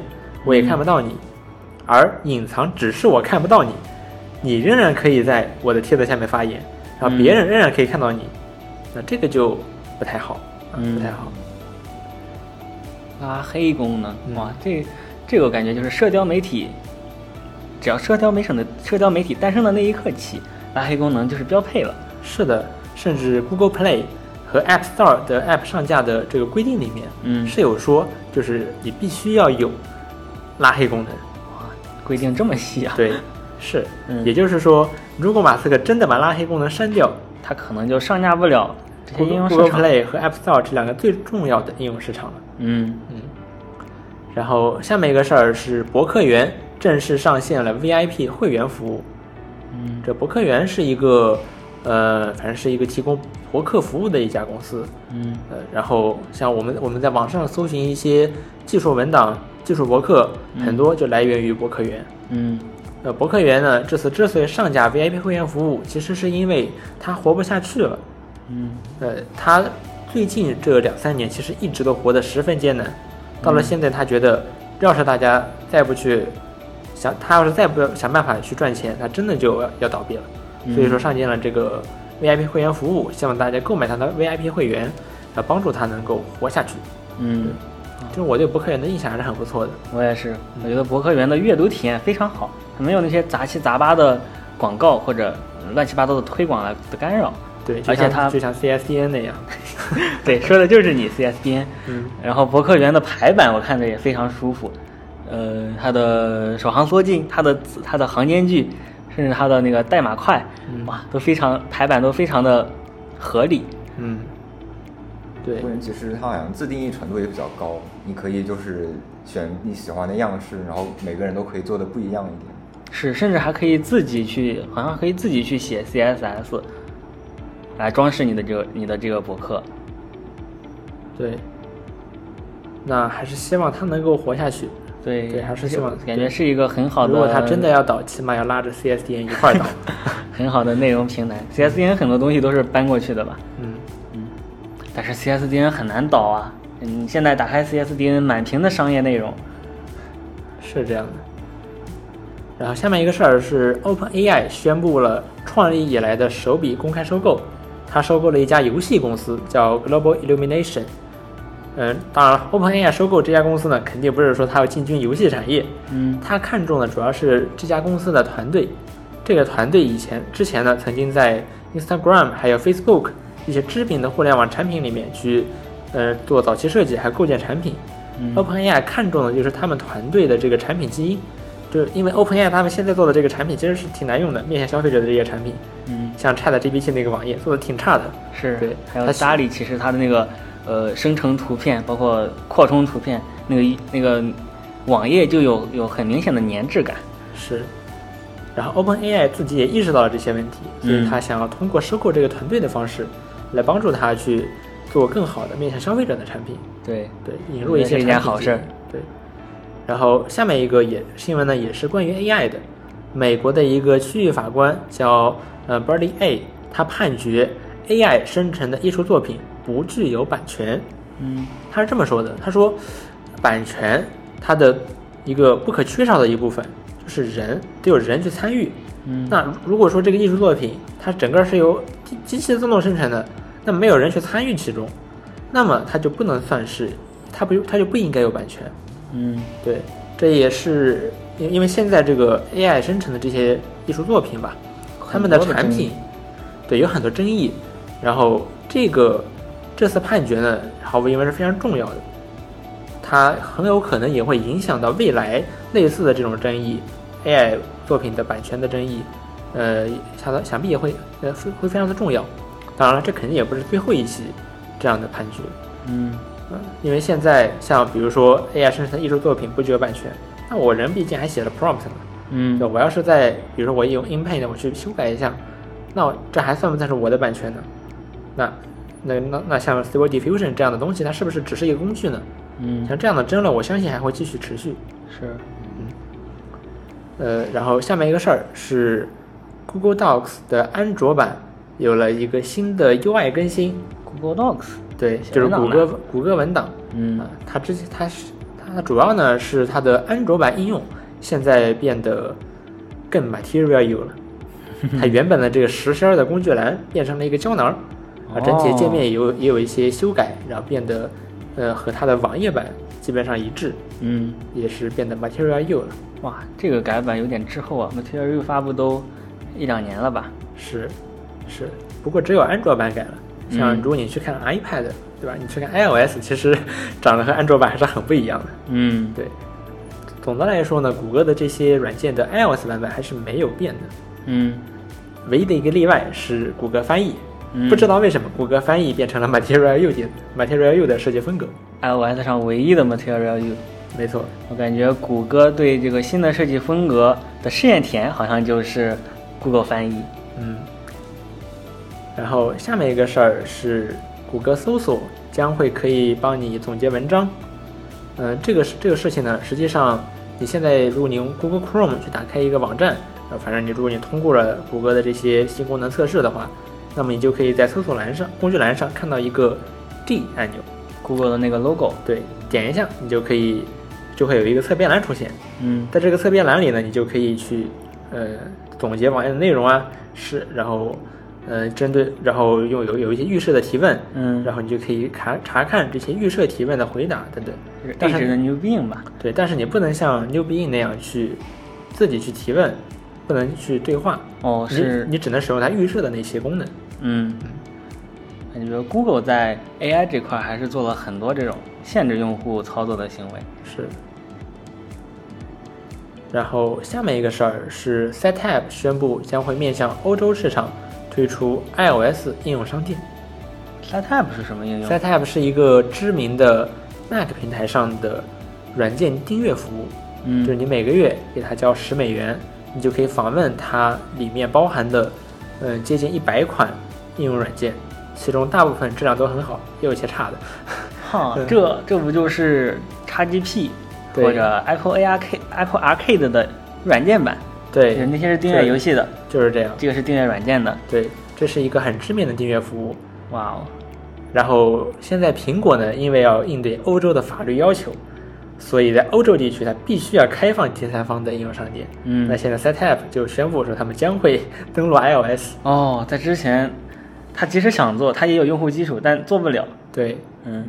我也看不到你，嗯、而隐藏只是我看不到你，你仍然可以在我的帖子下面发言，然后别人仍然可以看到你，嗯、那这个就不太好，嗯，不太好。 拉黑功能，哇，这这个我感觉就是社交媒体，只要社交媒体的社交媒体诞生的那一刻起，拉黑功能就是标配了。 是的，甚至 Google Play 和 App Store 的 App 上架的这个规定里面， 嗯， 是有说，就是你必须要有拉黑功能。 哇，规定这么细啊？ 对，是， 嗯、 也就是说，如果马斯克真的把拉黑功能删掉， 他可能就上架不了这些应用市场 Google Play 和 App Store 这两个最重要的应用市场了。 嗯嗯。然后下面一个事儿是博客园正式上线了 V I P 会员服务。 嗯， 这博客园是一个。呃，反正是一个提供博客服务的一家公司， 嗯， 呃，然后像我们我们在网上搜寻一些技术文档、技术博客， 嗯、 很多就来源于博客园， 嗯， 呃，博客园呢这次之所以上架 V I P 会员服务，其实是因为它活不下去了， 嗯， 呃，它最近这两三年其实一直都活得十分艰难，到了现在他觉得，要是大家再不去想，他要是再不想办法去赚钱，他真的就要要倒闭了。所以说上线了这个 V I P 会员服务，希望大家购买它的 V I P 会员，来帮助它能够活下去。 嗯， 就是我对博客园的印象还是很不错的。 我也是，我觉得博客园的阅读体验非常好，它没有那些杂七杂八的广告或者乱七八糟的推广来的干扰。 对， 而且它就像 C S D N 那样。 对，说的就是你 C S D N。 嗯， 然后博客园的排版我看着也非常舒服，呃，它的首行缩进，它的它的行间距。甚至它的那个代码块， 嗯、 哇，都非常排版都非常的合理。 嗯，对。 博客园其实它好像自定义程度也比较高，你可以就是选你喜欢的样式，然后每个人都可以做的不一样一点。 是，甚至还可以自己去，好像可以自己去写 C S S 来装饰你的这个你的这个博客。 对。那还是希望它能够活下去。 对对，还是希望感觉是一个很好的。 如果他真的要倒，起码要拉着 C S D N 一块倒。 很好的内容平台 ，C S D N 很多东西都是搬过去的吧？ 嗯嗯。但是 C S D N 很难倒啊！你现在打开 C S D N， 满屏的商业内容。 是这样的。然后下面一个事儿是 OpenAI 宣布了创立以来的首笔公开收购，它收购了一家游戏公司叫 Global Illumination。嗯，当然 ，OpenAI 收购这家公司呢，肯定不是说它要进军游戏产业， 嗯， 它看中的主要是这家公司的团队。这个团队以前之前呢，曾经在 Instagram 还有 Facebook 一些知名的互联网产品里面去，呃，做早期设计，还构建产品。 嗯、 OpenAI 看中的就是他们团队的这个产品基因，就是因为 OpenAI 他们现在做的这个产品其实是挺难用的，面向消费者的这些产品， 嗯， 像 ChatGPT 那个网页做的挺差的， 是， 对， 还有达里其实它的那个。呃，生成图片包括扩充图片，那个那个网页就有有很明显的粘滞感。 是，然后 OpenAI 自己也意识到了这些问题，所以他想要通过收购这个团队的方式，来帮助他去做更好的面向消费者的产品。 对对，引入一些产品。 是一件好事。 对。然后下面一个也新闻呢，也是关于 A I 的，美国的一个区域法官叫呃 Bernie A， 他判决 A I 生成的艺术作品不具有版权。 嗯， 他是这么说的，他说版权它的一个不可缺少的一部分就是人，得有人去参与。 嗯， 那如果说这个艺术作品它整个是由机机器自动生成的，那没有人去参与其中，那么它就不能算是，它不它就不应该有版权。 嗯， 对，这也是因为现在这个 A I 生成的这些艺术作品吧，他们的产品对有很多争议，然后这个这次判决呢，毫无疑问是非常重要的，它很有可能也会影响到未来类似的这种争议 ，A I 作品的版权的争议，呃，想想必也会呃会非常的重要。当然了，这肯定也不是最后一起这样的判决。 嗯嗯，因为现在像比如说 A I 生成的艺术作品不具有版权，那我人毕竟还写了 prompt 呢。 嗯， 我要是在比如说我用 InPaint 我去修改一下，那这还算不算是我的版权呢？那那那那像 Stable Diffusion 这样的东西，它是不是只是一个工具呢？ 嗯， 像这样的争论，我相信还会继续持续。 是， 嗯，呃，然后下面一个事儿是 Google Docs 的安卓版有了一个新的 U I 更新。 Google Docs， 对，就是谷歌谷歌文档。 嗯， 啊，它之前它是它主要呢是它的安卓版应用现在变得更 Material U 了。它原本的这个实心的工具栏变成了一个胶囊，啊，整体界面也有也有一些修改，然后变得呃和它的网页版基本上一致， 嗯， 也是变得 Material U 了。 哇，这个改版有点滞后啊 ，Material U 发布都一两年了吧？ 是，是，不过只有安卓版改了。像嗯如果你去看 iPad，、对吧？你去看 iOS， 其实长得和安卓版还是很不一样的。 嗯， 对。总的来说呢，谷歌的这些软件的 iOS 版本还是没有变的。 嗯， 唯一的一个例外是谷歌翻译， 嗯不知道为什么谷歌翻译变成了 Material U 的 Material U 的设计风格。 iOS 上唯一的 Material U。 没错， 我感觉谷歌对这个新的设计风格的试验田好像就是 Google 翻译。 嗯。然后下面一个事儿是谷歌搜索将会可以帮你总结文章。嗯、呃，这个这个事情呢，实际上你现在如果你用 Google Chrome 去打开一个网站，呃，反正你如果你通过了谷歌的这些新功能测试的话，那么你就可以在搜索栏上工具栏上看到一个 D 按钮 ，Google 的那个 logo。 对，点一下你就可以就会有一个侧边栏出现。 嗯， 在这个侧边栏里呢，你就可以去呃总结网页的内容啊，是然后呃针对然后用有有一些预设的提问， 嗯， 然后你就可以查查看这些预设提问的回答等等。 这是 A 值的 New Bing 吧？ 对，但是你不能像 New Bing 那样去自己去提问，不能去对话。 哦，是你你只能使用它预设的那些功能。 嗯，感觉 Google 在 A I 这块还是做了很多这种限制用户操作的行为。 是。然后下面一个事儿是 SetApp 宣布将会面向欧洲市场推出 iOS 应用商店。 SetApp 是什么应用 ？SetApp 是一个知名的 Mac 平台上的软件订阅服务， 嗯， 就是你每个月给它交十美元，你就可以访问它里面包含的，嗯，接近一百款应用软件，其中大部分质量都很好，也有一些差的。 哈，这这不就是 X G P 或者 Apple A R K Apple Arcade 的软件版？ 对， 那些是订阅游戏的， 就是这样。 这个是订阅软件的。 对，这是一个很知名的订阅服务。 哇哦！ 然后现在苹果呢，因为要应对欧洲的法律要求，所以在欧洲地区它必须要开放第三方的应用商店。 嗯， 那现在 SetApp 就宣布说他们将会登陆 iOS。 哦，在之前，他即使想做，他也有用户基础，但做不了。 对， 嗯。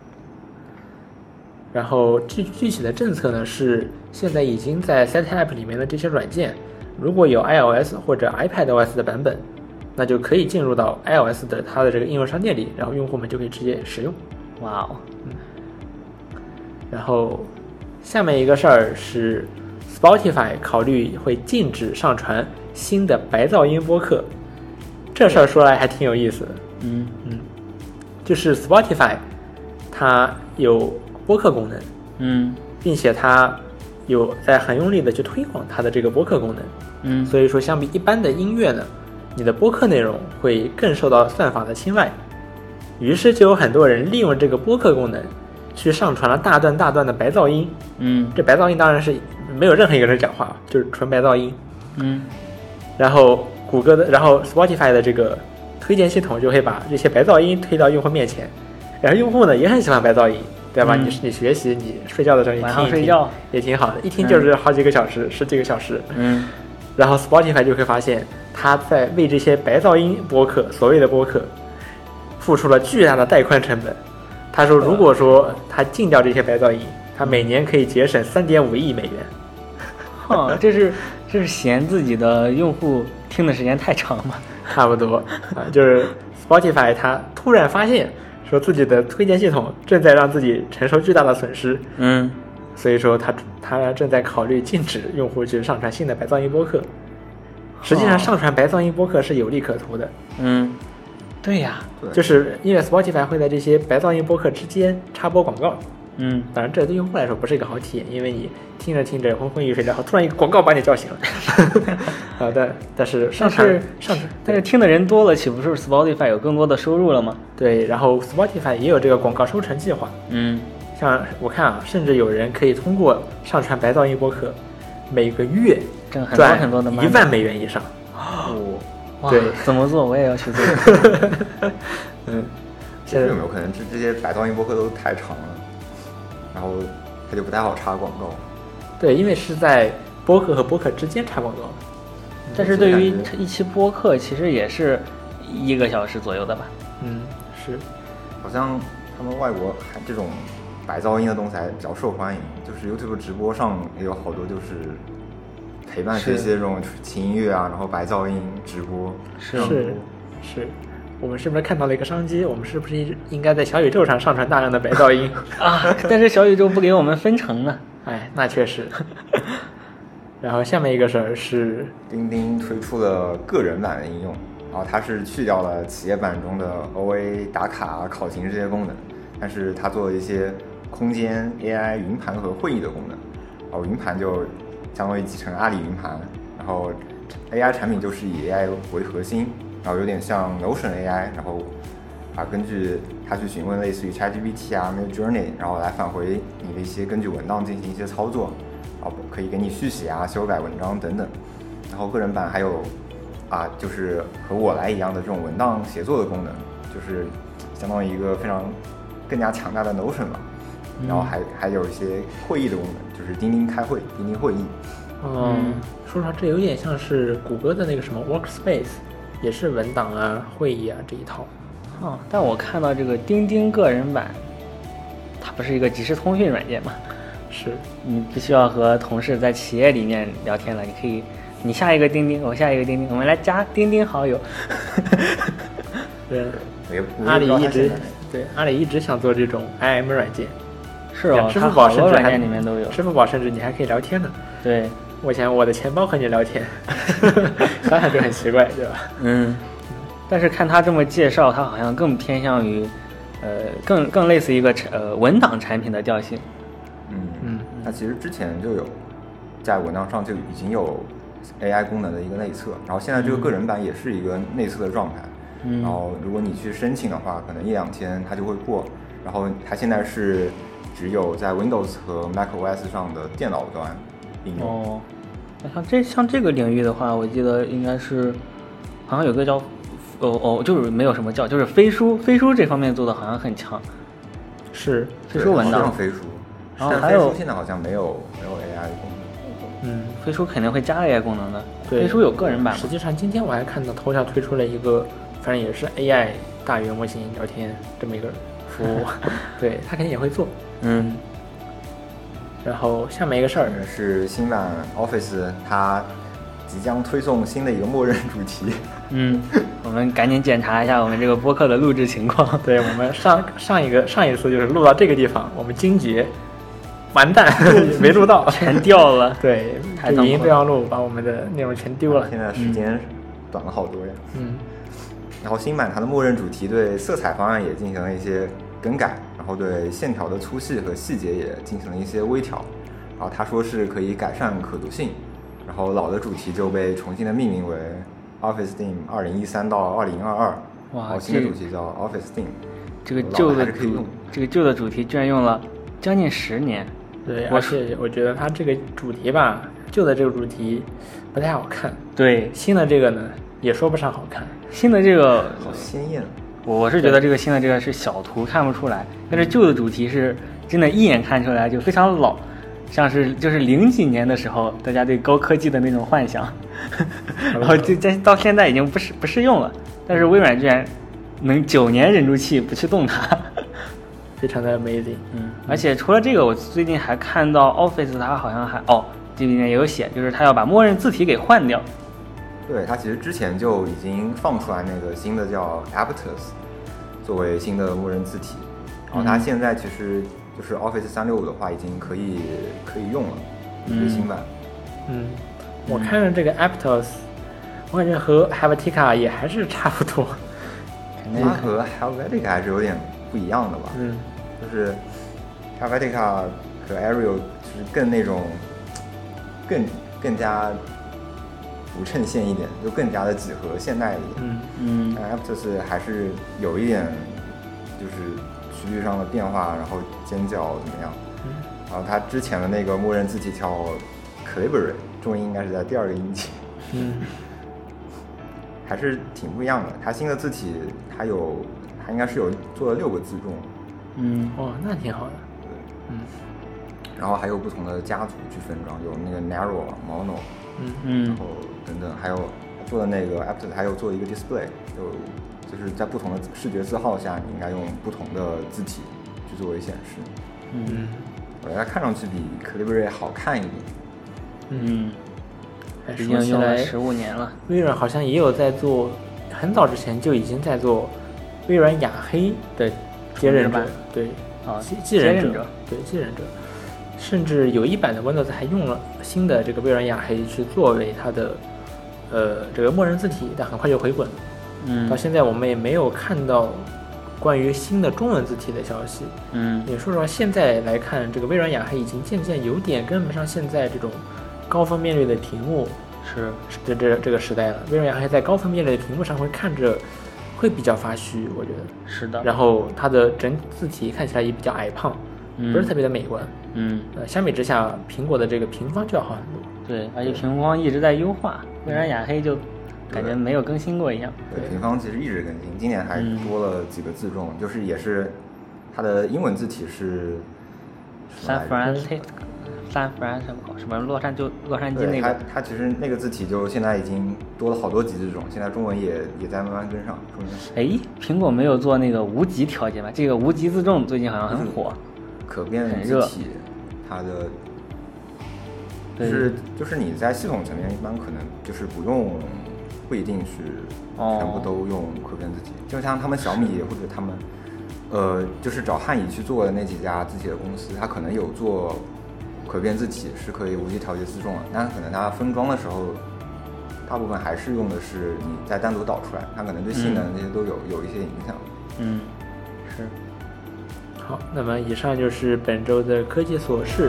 然后具具体的政策呢是，现在已经在 SetApp 里面的这些软件，如果有 iOS 或者 iPadOS 的版本，那就可以进入到 iOS 的它的这个应用商店里，然后用户们就可以直接使用。 哇哦， 嗯。然后下面一个事儿是 Spotify 考虑会禁止上传新的白噪音播客，这事儿说来还挺有意思的。 嗯嗯，就是 Spotify 它有播客功能， 嗯， 并且它有在很用力的去推广它的这个播客功能， 嗯， 所以说相比一般的音乐呢，你的播客内容会更受到算法的青睐，于是就有很多人利用这个播客功能去上传了大段大段的白噪音。 嗯， 这白噪音当然是没有任何一个人讲话，就是纯白噪音。 嗯， 然后谷歌的，然后 Spotify 的这个推荐系统就会把这些白噪音推到用户面前，然后用户呢也很喜欢白噪音，对吧？ 嗯、 你你学习，你睡觉的时候你听一听， 晚上睡觉也挺好的，一听就是好几个小时，嗯、十几个小时。 嗯， 然后 Spotify 就会发现，他在为这些白噪音播客，所谓的播客，付出了巨大的带宽成本。他说，如果说他禁掉这些白噪音，他每年可以节省三点五亿美元。 哈，这是这是嫌自己的用户听的时间太长吗？ 差不多啊，就是 Spotify 他突然发现，说自己的推荐系统正在让自己承受巨大的损失。 嗯， 所以说他他正在考虑禁止用户去上传新的白噪音播客。实际上，上传白噪音播客是有利可图的。 嗯，对呀， 就是因为 Spotify 会在这些白噪音播客之间插播广告。 嗯， 当然这对用户来说不是一个好体验，因为你听着听着昏昏欲睡，然后突然一个广告把你叫醒了。好的，但是上传上传， 但是听的人多了，岂不是 Spotify 有更多的收入了吗？ 对，然后 Spotify 也有这个广告收成计划。 嗯， 像我看啊，甚至有人可以通过上传白噪音播客，每个月挣很多很多的一万美元以上。 哦， 对， 怎么做我也要去做。 嗯， 现在有没有可能这这些白噪音播客都太长了，然后它就不太好插广告。 对，因为是在播客和播客之间插广告。 但是对于一期播客，其实也是一个小时左右的吧？ 嗯，是。 好像他们外国还这种白噪音的东西还比较受欢迎，就是 YouTube 直播上也有好多就是陪伴这些这种轻音乐啊，然后白噪音直播。 是是是。我们是不是看到了一个商机？我们是不是应该在小宇宙上上传大量的白噪音啊？但是小宇宙不给我们分成呢。 哎，那确实。然后下面一个事儿是， 钉钉推出了个人版的应用，然后它是去掉了企业版中的 O A 打卡、考勤这些功能，但是它做了一些空间 A I 云盘和会议的功能。然后云盘就相当于集成阿里云盘，然后 A I 产品就是以 A I 为核心。然后有点像 Notion A I， 然后啊根据它去询问类似于 ChatGPT 啊 Midjourney， 然后来返回你的一些根据文档进行一些操作，然后可以给你续写啊、修改文章等等。然后个人版还有啊就是和我来一样的这种文档协作的功能，就是相当于一个非常更加强大的 Notion 嘛。然后还还有一些会议的功能，就是钉钉开会、钉钉会议。 嗯，说实话，这有点像是谷歌的那个什么 Workspace。也是文档啊、会议啊这一套， 哦，但我看到这个钉钉个人版，它不是一个即时通讯软件吗？ 是， 你不需要和同事在企业里面聊天了，你可以，你下一个钉钉，我下一个钉钉，我们来加钉钉好友。 对，阿里一直对阿里一直想做这种 I M 软件， 是哦， 支付宝甚至软件里面都有， 支付宝甚至你还可以聊天呢。 对。 我想我的钱包和你聊天，想想就很奇怪，对吧？ 嗯，但是看他这么介绍，他好像更偏向于，呃，更更类似一个呃文档产品的调性。 嗯嗯，那其实之前就有在文档上就已经有 A I 功能的一个内测，然后现在这个个人版也是一个内测的状态。嗯，然后如果你去申请的话，可能一两天它就会过。然后它现在是只有在 Windows 和 macOS 上的电脑端。 哦，像这像这个领域的话，我记得应该是，好像有个叫，哦哦，就是没有什么叫，就是飞书，飞书这方面做的好像很强， 是飞书文档， 飞书， 然后还有现在好像没有没有 A I 功能， 嗯，飞书肯定会加 A I 功能的，飞书有个人版。 实际上今天我还看到头条推出了一个，反正也是 A I 大语言模型聊天这么一个服务，对他肯定也会做， 嗯。 然后下面一个事儿是新版 Office 它即将推送新的一个默认主题。 嗯，我们赶紧检查一下我们这个播客的录制情况。 对，我们上上一个上一次就是录到这个地方，我们惊觉完蛋没录到， 全掉了。 对，语音备忘录把我们的内容全丢了。 现在时间短了好多呀。 嗯。 然后新版它的默认主题对色彩方案也进行了一些更改。然后对线条的粗细和细节也进行了一些微调，然后他说是可以改善可读性，然后老的主题就被重新的命名为 Office Theme 二零一三到二零二二， 哇， 新的主题叫 Office Theme。 这个旧的主这个旧的主题居然用了将近十年。 对，而且我觉得它这个主题吧，旧的这个主题不太好看。 对， 新的这个呢也说不上好看。 新的这个好鲜艳。 我是觉得这个新的这个是小图看不出来，但是旧的主题是真的一眼看出来就非常老，像是就是零几年的时候大家对高科技的那种幻想，然后就在到现在已经不适不适用了。但是微软居然能九年忍住气不去动它， 非常的 amazing。 嗯，而且除了这个，我最近还看到 Office 它好像还哦这里面也有写，就是它要把默认字体给换掉。 对，它其实之前就已经放出来那个新的叫 Aptus 作为新的默认字体，然后它现在其实就是 Office 三六五的话已经可以可以用了，最新版。 嗯，我看着这个 Aptus， 我感觉和 Helvetica 也还是差不多。 它和 Helvetica 还是有点不一样的吧？ 嗯， 就是 Helvetica 和 Arial 就是更那种更更加不衬线一点，就更加的几何现代一点。 嗯嗯。 但 Aptus 还是有一点就是区域上的变化，然后尖角怎么样？ 嗯。 然后它之前的那个默认字体叫 Calibri， 重音应该是在第二个音节。 嗯。 还是挺不一样的。它新的字体，它有，它应该是有做了六个字重。 嗯。 哦，那挺好的。 对。 嗯。 然后还有不同的家族去分装，有那个 Narrow、Mono， 嗯嗯然后等等，还有做的那个 Aptos 还有做一个 display， 就就是在不同的视觉字号下，你应该用不同的字体去作为显示。 嗯我觉得它看上去比 Calibri 好看一点。 嗯， 哎毕说起来竟用了十五年了。 微软好像也有在做，很早之前就已经在做微软雅黑的接任者重置版， 对， 啊继继任者， 接任者对继任者，甚至有一版的 Windows 还用了新的这个微软雅黑去作为它的呃这个默认字体，但很快就回滚了。 嗯到现在我们也没有看到关于新的中文字体的消息。 嗯也说实话，现在来看，这个微软雅黑已经渐渐有点跟不上现在这种高分辨率的屏幕是这这这个时代了。微软雅黑在高分辨率的屏幕上会看着会比较发虚，我觉得。 是的。 然后它的整体字体看起来也比较矮胖， 嗯不是特别的美观。 嗯呃，相比之下，苹果的这个平方就要好很多。 对，而且屏光一直在优化，微软雅黑就感觉没有更新过一样。 对，平方其实一直更新，今年还多了几个字重，嗯、就是也是它的英文字体是 San Francisco。San Francisco 什么洛杉矶洛杉矶那个， 它它其实那个字体就现在已经多了好多级字重，现在中文也也在慢慢跟上。中文哎，苹果没有做那个无极调节吧？这个无极字重最近好像很火， 可变字体，它的就是就是你在系统层面一般可能就是不用，不一定是全部都用可变字体，哦、就像他们小米或者他们呃就是找汉语去做的那几家字体的公司，它可能有做。可变字体是可以无极调节字重的，但可能它分装的时候，大部分还是用的是你再单独导出来，它可能对性能这些都有、嗯、有一些影响。 嗯，是。 好，那么以上就是本周的科技琐事。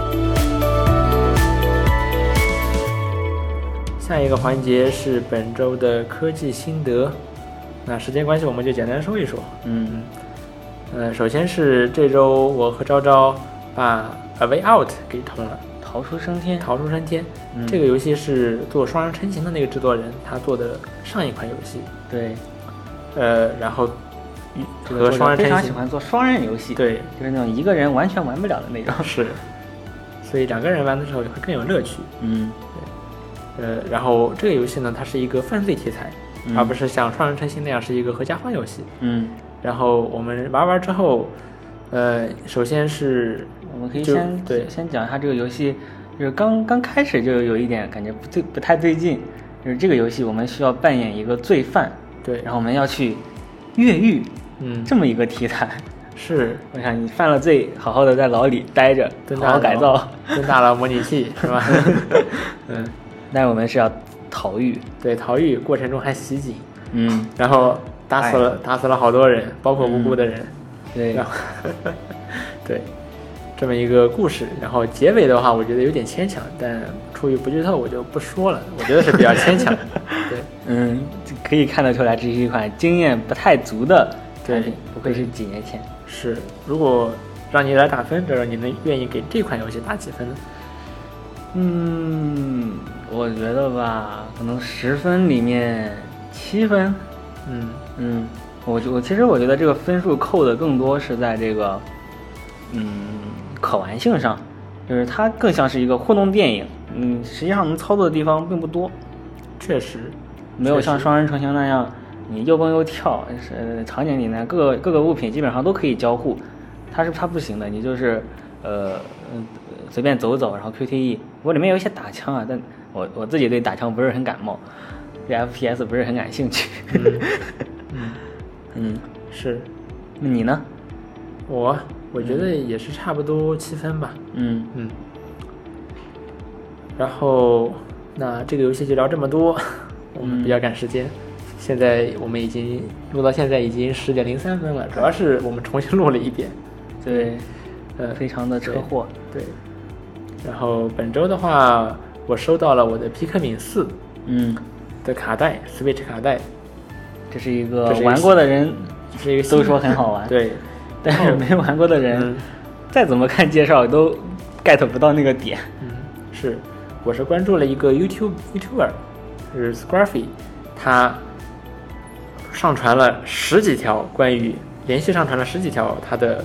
下一个环节是本周的科技心得。那时间关系，我们就简单说一说。 嗯， 呃，首先是这周我和昭昭把A Way Out给通了， 逃出升天， 逃出升天、 嗯。 这个游戏是做双人成行的那个制作人他做的上一款游戏。 对， 呃，然后和双人成行非常喜欢做双人游戏， 对， 就是那种一个人完全玩不了的那种。 是，所以两个人玩的时候也会更有乐趣。 嗯， 对。呃，然后这个游戏呢，它是一个犯罪题材，嗯、而不是像双人成行那样是一个合家欢游戏。 嗯。 然后我们玩完之后。呃，首先是我们可以先对先讲一下这个游戏，就是刚刚开始就有一点感觉不对不太对劲，就是这个游戏我们需要扮演一个罪犯， 对， 然后我们要去越狱， 嗯， 这么一个题材。 是， 我想你犯了罪，好好的在牢里待着，好好改造， 蹲大牢模拟器是吧？嗯， 但是我们是要逃狱， 对，逃狱过程中还袭警， 嗯， 然后打死了、哎、打死了好多人，包括无辜的人。 嗯对， 对，这么一个故事，然后结尾的话，我觉得有点牵强，但出于不剧透，我就不说了。我觉得是比较牵强的。对， 嗯，可以看得出来，这是一款经验不太足的产品，不愧是几年前。 是，如果让你来打分，这你能愿意给这款游戏打几分呢？ 嗯，我觉得吧，可能十分里面七分。 嗯嗯。我我其实我觉得这个分数扣的更多是在这个，嗯，可玩性上，就是它更像是一个互动电影，嗯，实际上能操作的地方并不多， 确实， 没有像双人成行那样，你又蹦又跳，是场景里呢各个各个物品基本上都可以交互，它是它不行的，你就是呃嗯随便走走，然后 Q T E， 我里面有一些打枪啊，但我我自己对打枪不是很感冒，对 F P S 不是很感兴趣。 嗯嗯嗯， 是， 那你呢？ 我我觉得也是差不多七分吧。 嗯嗯。然后，那这个游戏就聊这么多，我们比较赶时间。嗯、现在我们已经录到现在已经十点零三分了，主要是我们重新录了一遍。 对， 呃， 非常的车祸。 对。对然后本周的话，我收到了我的皮克敏四， 嗯， 的卡带 ，Switch 卡带。 这是一个玩过的人， 这是一个都说很好玩， 对， 但是没玩过的人，嗯、再怎么看介绍都 get 不到那个点。 嗯，是，我是关注了一个 YouTube YouTuber， 是 Scruffy， 他上传了十几条关于连续上传了十几条他的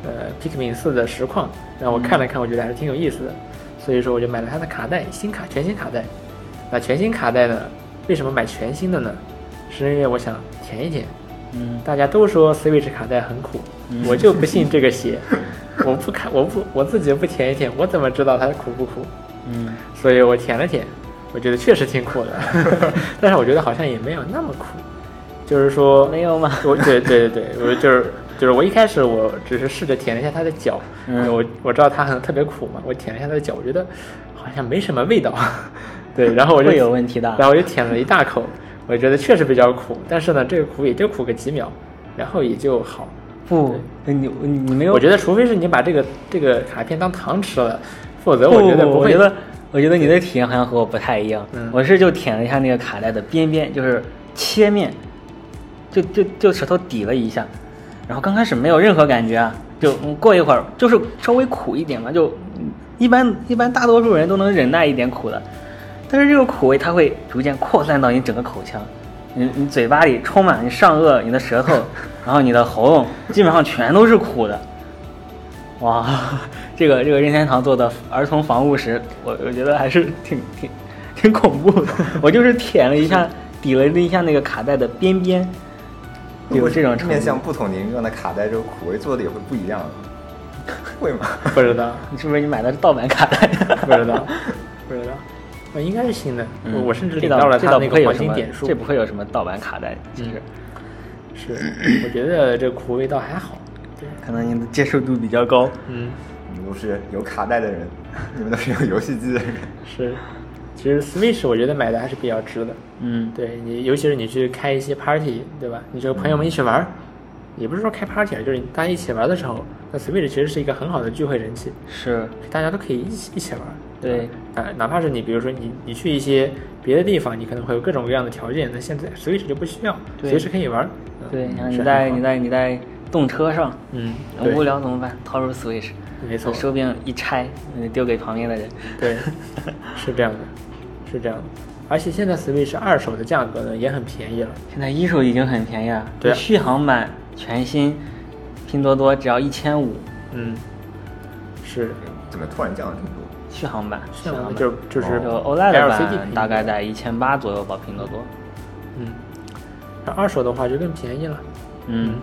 呃 Pikmin 四的实况，然后我看了看，我觉得还是挺有意思的，所以说我就买了它的卡带，新卡全新卡带。那全新卡带呢，为什么买全新的呢？是因为我想舔一舔。 嗯， 大家都说 Switch 卡带很苦， 嗯、 我就不信这个邪。我不看，我不我自己不舔一舔，我怎么知道它苦不苦？ 嗯， 所以我舔了舔，我觉得确实挺苦的，但是我觉得好像也没有那么苦。就是说没有吗？ 我对对对对，我就是就是我一开始我只是试着舔了一下它的脚， 嗯、 我我知道它很特别苦嘛，我舔了一下它的脚，我觉得好像没什么味道。对，然后我就会有问题的， 然后我就舔了一大口。我觉得确实比较苦，但是呢，这个苦也就苦个几秒，然后也就好。 不，你你没有？ 我觉得除非是你把这个这个卡片当糖吃了，否则我觉得不会。 我觉得我觉得你的体验好像和我不太一样。 嗯、 我是就舔了一下那个卡带的边边，就是切面，就就就舌头抵了一下，然后刚开始没有任何感觉啊，就过一会儿就是稍微苦一点嘛，就一般一般大多数人都能忍耐一点苦的。但是这个苦味它会逐渐扩散到你整个口腔，你你嘴巴里充满，你上颚、你的舌头，然后你的喉咙基本上全都是苦的。哇，这个这个任天堂做的儿童防护食，我我觉得还是挺挺挺恐怖的。我就是舔了一下，抵了一下那个卡带的边边，有这种程度。 面向不同年龄段的卡带，这个苦味做的也会不一样，会吗？ 不知道， 你是不是你买的是盗版卡带？ 不知道，不知道。呃，应该是新的， 嗯、 我甚至领到了它那个黄金点数。 这不会有什么盗版卡带，其实、 嗯、是，我觉得这苦味倒还好，对， 可能你的接受度比较高。 嗯， 你们都是有卡带的人，你们都是有游戏机的人。 是，其实 Switch 我觉得买的还是比较值的。 嗯， 对你，尤其是你去开一些 party， 对吧？你这个朋友们一起玩，嗯、也不是说开 party， 就是大家一起玩的时候，那 Switch 其实是一个很好的聚会人气， 是， 大家都可以一起一起玩。 对， 啊，哪怕是你，比如说你你去一些别的地方，你可能会有各种各样的条件，那现在 Switch 就不需要，随时可以玩。 对，然后你在你在你在动车上， 嗯， 无聊怎么办？掏出 Switch， 没错， 手柄一拆，丢给旁边的人。 对，是这样的，是这样的。而且现在 Switch 二手的价格呢也很便宜了， 现在一手已经很便宜了， 对、啊， 续航版全新，拼多多只要一千五。 嗯，是。 怎么突然降了这么多？ 续航版， 续航版就就是 O L E D 版大概在一千八左右吧，拼多多。 嗯，那二手的话就更便宜了。 嗯，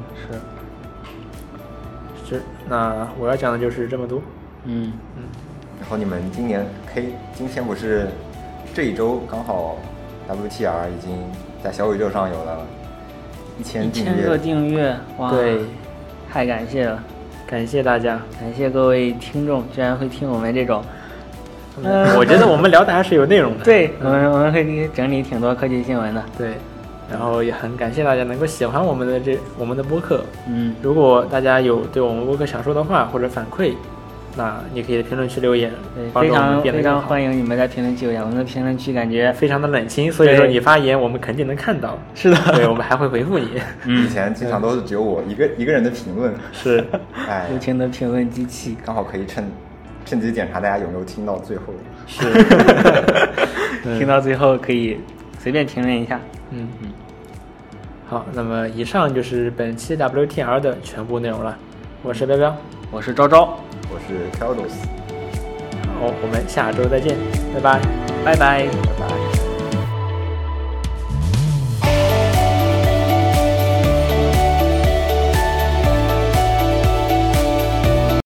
是。是，那我要讲的就是这么多。 嗯嗯。 然后你们今年 K 今天不是这一周刚好 W T R 已经在小宇宙上有了一千一千个订阅，哇！ 对， 太感谢了。 感谢大家， 感谢各位听众，居然会听我们这种， 嗯，我觉得我们聊的还是有内容的。 对，我们我们会整理挺多科技新闻的。 对，然后也很感谢大家能够喜欢我们的这我们的播客。 嗯， 如果大家有对我们播客想说的话或者反馈，那你可以在评论区留言， 对，非常非常欢迎你们在评论区留言。我们的评论区感觉非常的冷清，所以说你发言我们肯定能看到。 是的， 对，我们还会回复你。 嗯，以前经常都是只有我一个一个人的评论， 是， 哎， 无情的评论机器， 刚好可以趁趁机检查大家有没有听到最后。 是， 听到最后可以随便评论一下。 嗯嗯。好，那么以上就是本期 W T R 的全部内容了。我是彪彪， 我是昭昭， 我是 Keldos。 好，我们下周再见，拜拜， 拜拜， 拜拜。